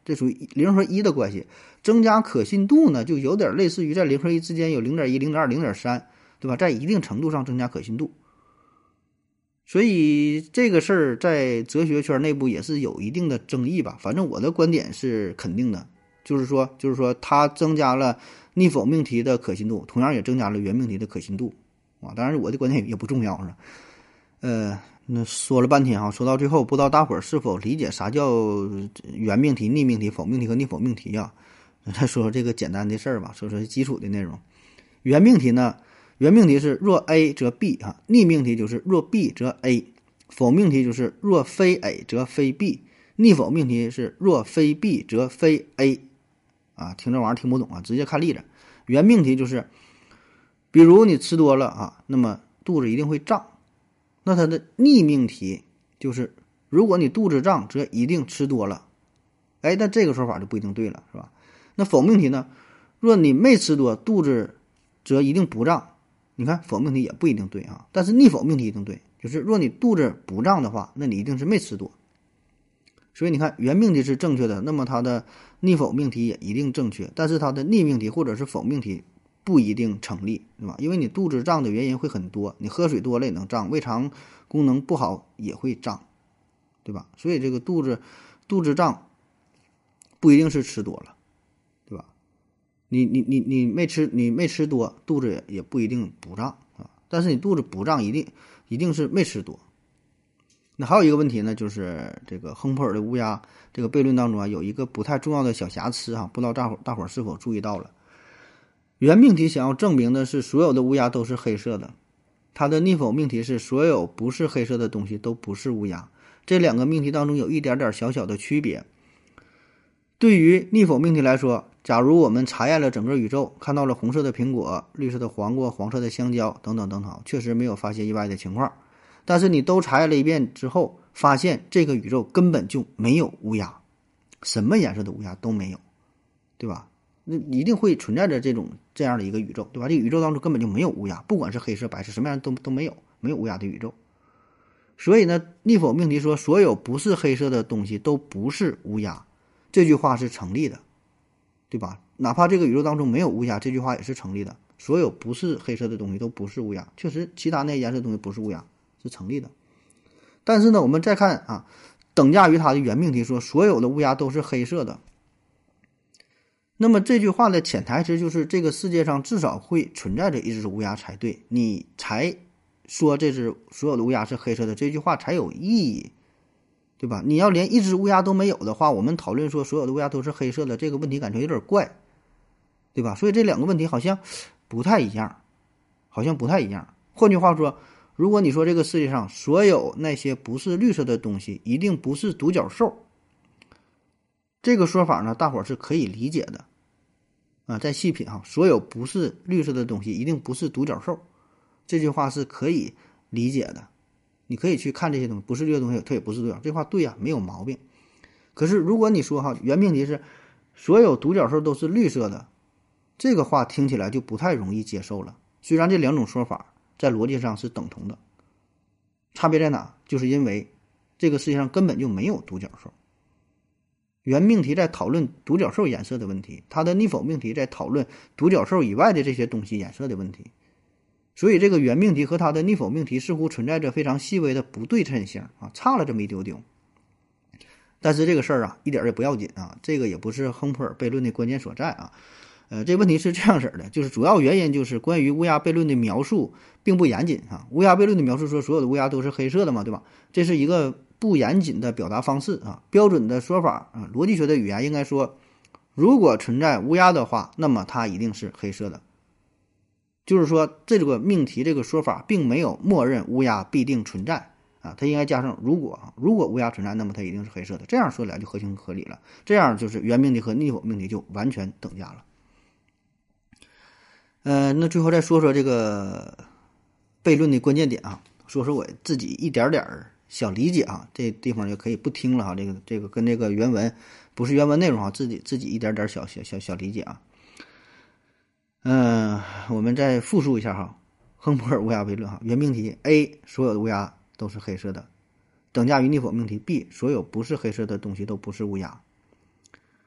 这属于零和一的关系。增加可信度呢，就有点类似于在零和一之间有 零点一、零点二、零点三， 对吧？在一定程度上增加可信度。所以这个事儿在哲学圈内部也是有一定的争议吧。反正我的观点是肯定的，就是说就是说它增加了逆否命题的可信度，同样也增加了原命题的可信度啊。当然我的观点也不重要是吧？呃那说了半天哈，说到最后不知道大伙儿是否理解啥叫原命题、逆命题、否命题和逆否命题啊？再说说这个简单的事儿吧，说说基础的内容。原命题呢，原命题是若 A 则 B 啊，逆命题就是若 B 则 A， 否命题就是若非 A 则非 B， 逆否命题是若非 B 则非 A 啊。听这玩意儿听不懂啊，直接看例子。原命题就是比如你吃多了啊，那么肚子一定会胀。那它的逆命题就是如果你肚子胀则一定吃多了。哎，那这个说法就不一定对了，是吧？那否命题呢，若你没吃多，肚子则一定不胀。你看否命题也不一定对啊，但是逆否命题一定对，就是若你肚子不胀的话，那你一定是没吃多。所以你看原命题是正确的，那么它的逆否命题也一定正确，但是它的逆命题或者是否命题不一定成立，对吧？因为你肚子胀的原因会很多，你喝水多了也能胀，胃肠功能不好也会胀，对吧？所以这个肚子肚子胀不一定是吃多了，对吧？你你你你没吃你没吃多，肚子也也不一定不胀啊。但是你肚子不胀，一定一定是没吃多。那还有一个问题呢，就是这个亨普尔的乌鸦这个悖论当中啊，有一个不太重要的小瑕疵啊，不知道大伙大伙是否注意到了？原命题想要证明的是所有的乌鸦都是黑色的，它的逆否命题是所有不是黑色的东西都不是乌鸦。这两个命题当中有一点点小小的区别。对于逆否命题来说，假如我们查验了整个宇宙，看到了红色的苹果、绿色的黄瓜、黄色的香蕉等等等等，确实没有发现意外的情况。但是你都查验了一遍之后，发现这个宇宙根本就没有乌鸦，什么颜色的乌鸦都没有，对吧？那一定会存在着这种这样的一个宇宙，对吧？这个宇宙当中根本就没有乌鸦，不管是黑色、白色，什么样都都没有，没有乌鸦的宇宙。所以呢，逆否命题说所有不是黑色的东西都不是乌鸦，这句话是成立的，对吧？哪怕这个宇宙当中没有乌鸦，这句话也是成立的。所有不是黑色的东西都不是乌鸦，确实其他那些颜色的东西不是乌鸦，是成立的。但是呢，我们再看啊，等价于它的原命题说所有的乌鸦都是黑色的。那么这句话的潜台词就是这个世界上至少会存在着一只乌鸦才对，你才说这只所有的乌鸦是黑色的，这句话才有意义，对吧？你要连一只乌鸦都没有的话，我们讨论说所有的乌鸦都是黑色的，这个问题感觉有点怪，对吧？所以这两个问题好像不太一样，好像不太一样。换句话说，如果你说这个世界上所有那些不是绿色的东西一定不是独角兽，这个说法呢，大伙儿是可以理解的啊。再细品哈，所有不是绿色的东西一定不是独角兽，这句话是可以理解的。你可以去看这些东西，不是绿色的东西它也不是独角兽，这话对呀、啊，没有毛病。可是如果你说哈，原命题是所有独角兽都是绿色的，这个话听起来就不太容易接受了。虽然这两种说法在逻辑上是等同的，差别在哪？就是因为这个世界上根本就没有独角兽。原命题在讨论独角兽颜色的问题，它的逆否命题在讨论独角兽以外的这些东西颜色的问题。所以这个原命题和它的逆否命题似乎存在着非常细微的不对称性啊，差了这么一丢丢。但是这个事儿啊，一点也不要紧啊，这个也不是亨普尔悖论的关键所在啊。呃，这问题是这样式的，就是主要原因就是关于乌鸦悖论的描述并不严谨啊。乌鸦悖论的描述说所有的乌鸦都是黑色的嘛，对吧？这是一个不严谨的表达方式啊。标准的说法啊，逻辑学的语言应该说，如果存在乌鸦的话，那么它一定是黑色的。就是说，这个命题这个说法并没有默认乌鸦必定存在啊，它应该加上如果啊，如果乌鸦存在，那么它一定是黑色的。这样说来就合情合理了，这样就是原命题和逆否命题就完全等价了。呃，那最后再说说这个悖论的关键点啊，说说我自己一点点小理解啊，这地方就可以不听了哈，这个这个跟这个原文不是原文内容啊，自己自己一点点小小小小理解啊。嗯、呃，我们再复述一下哈，亨普尔乌鸦悖论哈，原命题 A 所有的乌鸦都是黑色的，等价于逆否命题 B 所有不是黑色的东西都不是乌鸦。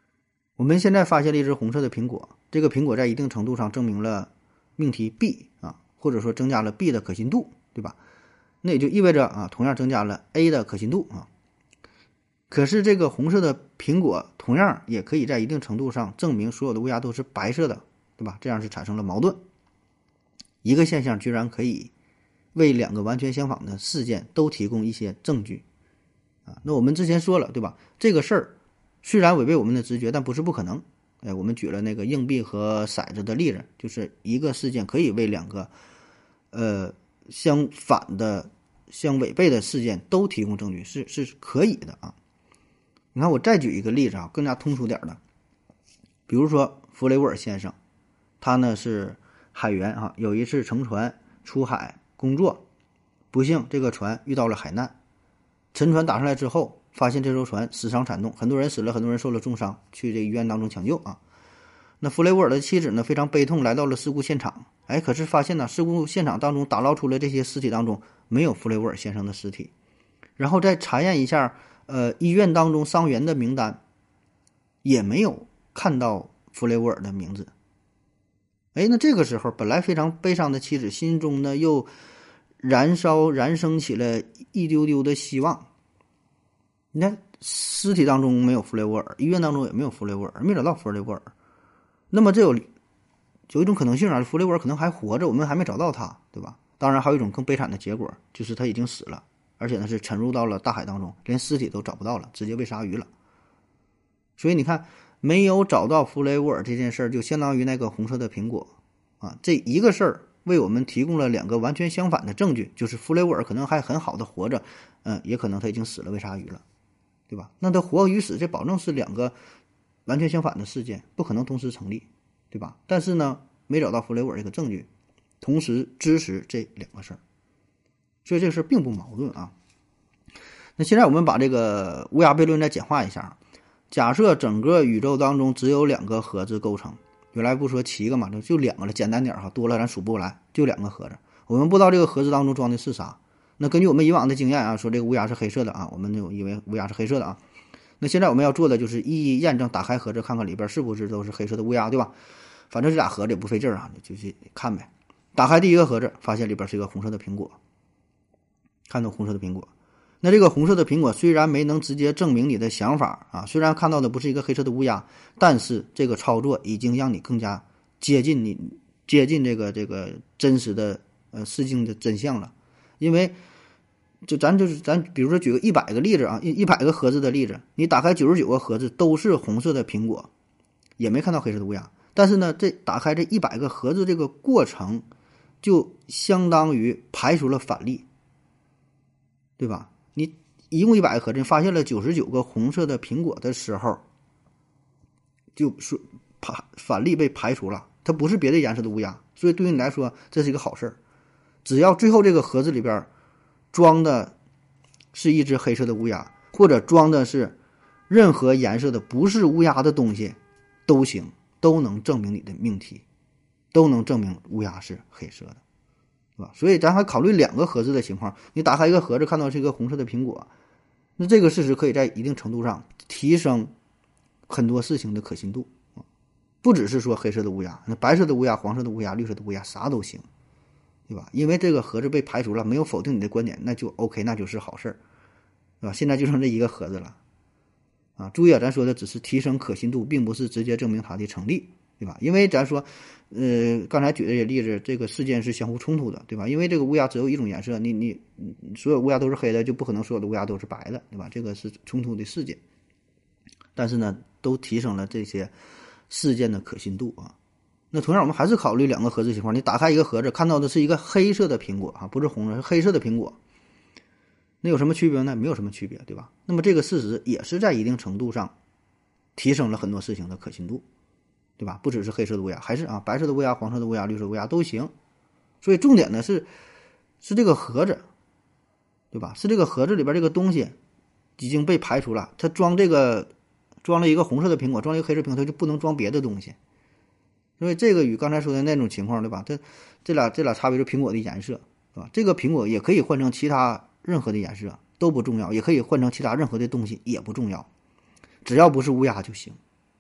我们现在发现了一只红色的苹果，这个苹果在一定程度上证明了命题 B 啊，或者说增加了 B 的可信度，对吧？那也就意味着啊，同样增加了 A 的可信度啊。可是这个红色的苹果同样也可以在一定程度上证明所有的乌鸦都是白色的，对吧？这样是产生了矛盾。一个现象居然可以为两个完全相反的事件都提供一些证据啊！那我们之前说了，对吧？这个事儿虽然违背我们的直觉，但不是不可能。哎，我们举了那个硬币和骰子的例子，就是一个事件可以为两个呃相反的、相违背的事件都提供证据，是是可以的啊。你看，我再举一个例子啊，更加通俗点的，比如说弗雷沃尔先生，他呢是海员啊，有一次乘船出海工作，不幸这个船遇到了海难，沉船打上来之后，发现这艘船死伤惨重，很多人死了，很多人受了重伤，去这个医院当中抢救啊。那弗雷沃尔的妻子呢，非常悲痛，来到了事故现场。哎，可是发现呢，事故现场当中打捞出来这些尸体当中没有弗雷沃尔先生的尸体，然后再查验一下，呃，医院当中伤员的名单，也没有看到弗雷沃尔的名字。哎，那这个时候，本来非常悲伤的妻子心中呢，又燃烧燃升起了一丢丢的希望。你看，尸体当中没有弗雷沃尔，医院当中也没有弗雷沃尔，没找到弗雷沃尔。那么这有有一种可能性啊，弗雷沃尔可能还活着，我们还没找到他，对吧？当然还有一种更悲惨的结果，就是他已经死了，而且呢是沉入到了大海当中，连尸体都找不到了，直接被鲨鱼了。所以你看，没有找到弗雷沃尔这件事儿，就相当于那个红色的苹果啊，这一个事儿为我们提供了两个完全相反的证据，就是弗雷沃尔可能还很好的活着，嗯，也可能他已经死了，喂鲨鱼了，对吧？那他活与死，这保证是两个完全相反的事件，不可能同时成立，对吧？但是呢，没找到弗雷沃尔这个证据，同时支持这两个事儿，所以这个事儿并不矛盾啊。那现在我们把这个乌鸦悖论再简化一下，假设整个宇宙当中只有两个盒子构成，原来不说七个嘛，就两个了，简单点哈，多了咱数不过来，就两个盒子。我们不知道这个盒子当中装的是啥，那根据我们以往的经验啊，说这个乌鸦是黑色的啊，我们就以为乌鸦是黑色的啊。那现在我们要做的就是一一验证，打开盒子看看里边是不是都是黑色的乌鸦，对吧？反正这俩盒子也不费劲啊，就去看呗。打开第一个盒子，发现里边是一个红色的苹果，看到红色的苹果。那这个红色的苹果虽然没能直接证明你的想法啊，虽然看到的不是一个黑色的乌鸦，但是这个操作已经让你更加接近你接近这个这个真实的呃事情的真相了。因为就咱就是咱比如说举个一百个例子啊，一一百个盒子的例子，你打开九十九个盒子都是红色的苹果，也没看到黑色的乌鸦，但是呢，这打开这一百个盒子这个过程，就相当于排除了反例，对吧？你一共一百个盒子，发现了九十九个红色的苹果的时候，就说排反例被排除了，它不是别的颜色的乌鸦，所以对于你来说这是一个好事儿。只要最后这个盒子里边装的是一只黑色的乌鸦，或者装的是任何颜色的不是乌鸦的东西都行，都能证明你的命题，都能证明乌鸦是黑色的，是吧？所以咱还考虑两个盒子的情况，你打开一个盒子看到是一个红色的苹果，那这个事实可以在一定程度上提升很多事情的可信度，不只是说黑色的乌鸦，那白色的乌鸦、黄色的乌鸦、绿色的乌鸦啥都行，对吧？因为这个盒子被排除了，没有否定你的观点，那就 OK， 那就是好事儿，对吧？现在就剩这一个盒子了啊！注意啊，咱说的只是提升可信度，并不是直接证明它的成立，对吧？因为咱说，呃，刚才举的这些例子，这个事件是相互冲突的，对吧？因为这个乌鸦只有一种颜色，你你所有乌鸦都是黑的，就不可能所有的乌鸦都是白的，对吧？这个是冲突的事件，但是呢，都提升了这些事件的可信度啊。那同样我们还是考虑两个盒子情况，你打开一个盒子看到的是一个黑色的苹果啊，不是红色，是黑色的苹果，那有什么区别呢？没有什么区别，对吧？那么这个事实也是在一定程度上提升了很多事情的可信度，对吧？不只是黑色的乌鸦，还是啊白色的乌鸦、黄色的乌鸦、绿色的乌鸦都行。所以重点呢是是这个盒子，对吧？是这个盒子里边这个东西已经被排除了，它装这个装了一个红色的苹果，装了一个黑色苹果，它就不能装别的东西。所以这个与刚才说的那种情况，对吧？它这俩这俩差别是苹果的颜色，对吧？这个苹果也可以换成其他任何的颜色都不重要，也可以换成其他任何的东西也不重要，只要不是乌鸦就行。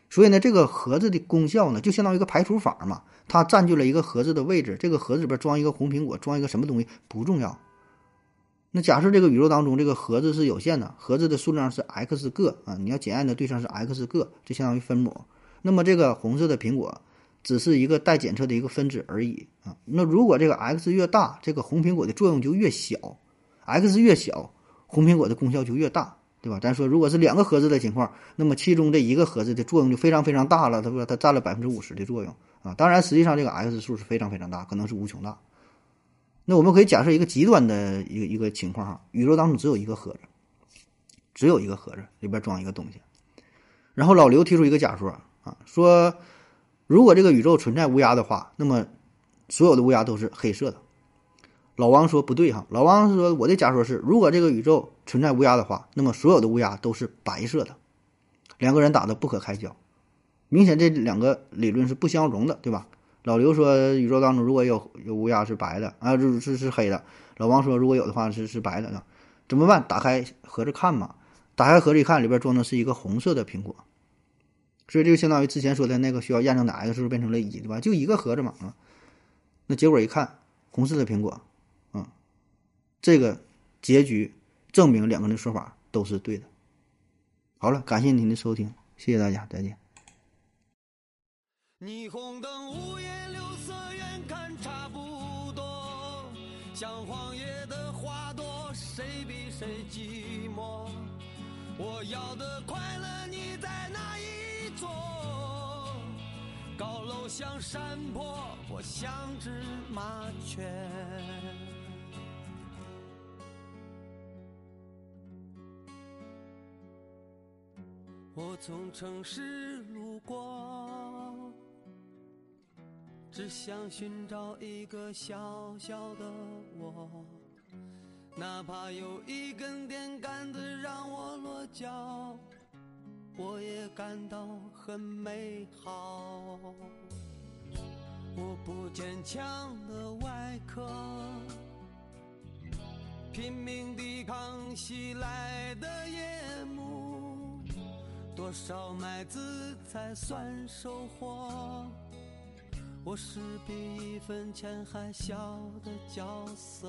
所以呢，这个盒子的功效呢，就相当于一个排除法嘛，它占据了一个盒子的位置。这个盒子里边装一个红苹果，装一个什么东西不重要。那假设这个宇宙当中这个盒子是有限的，盒子的数量是 x 个啊，你要检验的对象是 x 个，就相当于分母。那么这个红色的苹果只是一个待检测的一个分子而已啊。那如果这个 x 越大，这个红苹果的作用就越小 ，x 越小，红苹果的功效就越大，对吧？咱说如果是两个盒子的情况，那么其中这一个盒子的作用就非常非常大了，它说它占了百分之五十的作用啊。当然，实际上这个 x 数是非常非常大，可能是无穷大。那我们可以假设一个极端的一个一个情况哈，宇宙当中只有一个盒子，只有一个盒子里边装一个东西。然后老刘提出一个假说啊，说如果这个宇宙存在乌鸦的话，那么所有的乌鸦都是黑色的。老王说不对哈，老王说我的假说是，如果这个宇宙存在乌鸦的话，那么所有的乌鸦都是白色的。两个人打得不可开交，明显这两个理论是不相容的，对吧？老刘说宇宙当中如果有有乌鸦是白的啊，是是是黑的。老王说如果有的话是是白的，怎么办？打开盒子看嘛，打开盒子一看，里边装的是一个红色的苹果，所以这就相当于之前说的那个需要验证的 x 数变成了一，对吧？就一个盒子嘛啊。那结果一看，红色的苹果，嗯，这个结局证明两个人的说法都是对的。好了，感谢您的收听，谢谢大家，再见。 霓虹灯五颜六色，远看差不多，像荒野的花朵，谁比谁寂寞？我要的快乐你在哪一座？高楼像山坡，我像只麻雀。我从城市路过，只想寻找一个小小的我，哪怕有一根电杆子让我落脚，我也感到很美好。我不坚强的外壳，拼命抵抗袭来的夜幕，多少麦子才算收获？我是比一分钱还小的角色。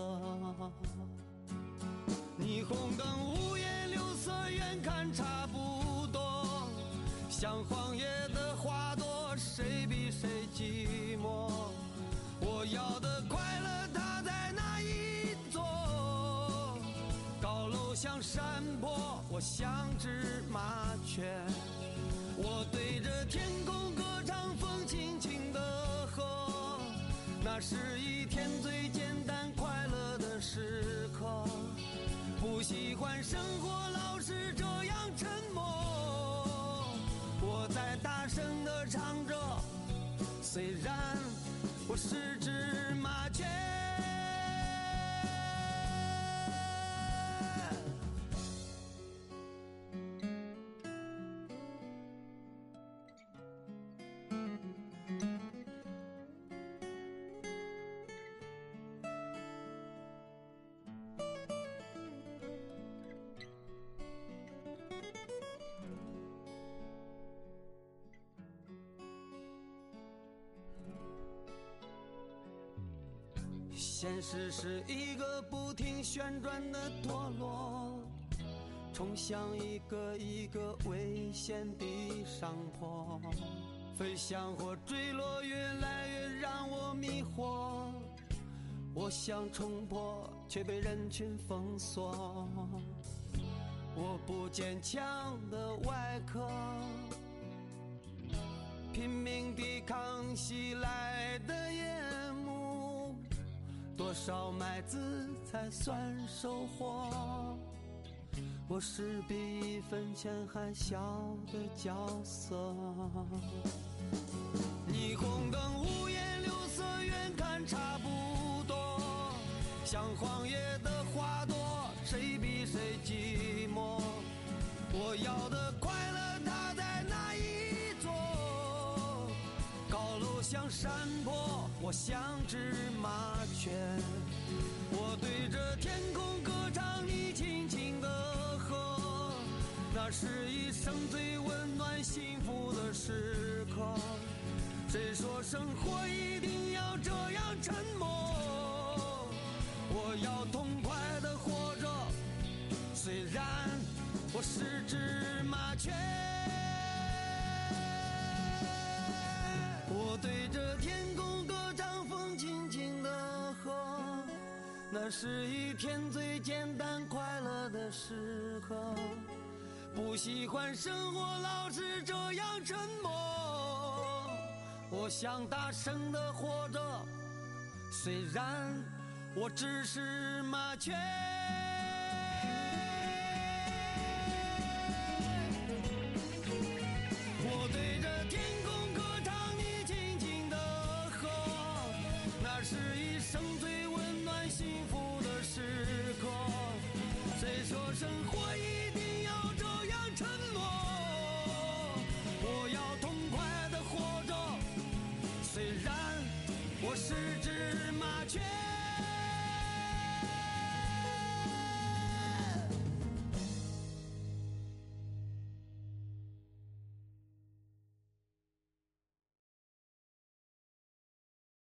霓虹灯五颜六色，远看差不多，像荒野的花朵，谁比谁寂寞？我要的快乐它在哪一座？高楼像山坡，我像只麻雀。我对着天空歌唱，风轻轻的河，那是一天最简单快乐的时刻。不喜欢生活老是这样沉默，我在大声地唱着，虽然我是只麻雀。现实是一个不停旋转的陀螺，冲向一个一个危险的上坡，飞翔或坠落越来越让我迷惑，我想冲破却被人群封锁。我不坚强的外壳，拼命抵抗袭来的夜幕，多少麦子才算收获？我是比一分钱还小的角色。霓虹灯五颜六色，远看差不多，像荒野的花朵，谁比谁寂寞？我要的快乐它在哪一座？高楼像山坡，我像只麻雀。我对着天空歌唱，你轻轻的河， 那是一生最温暖幸福的时刻。谁说生活一定要这样沉默？我要痛快地活着，虽然我是只麻雀。我对着天空歌唱，风轻轻的河，那是一天最简单快乐的时刻。不喜欢生活老是这样沉默，我想大声地活着，虽然我只是麻雀。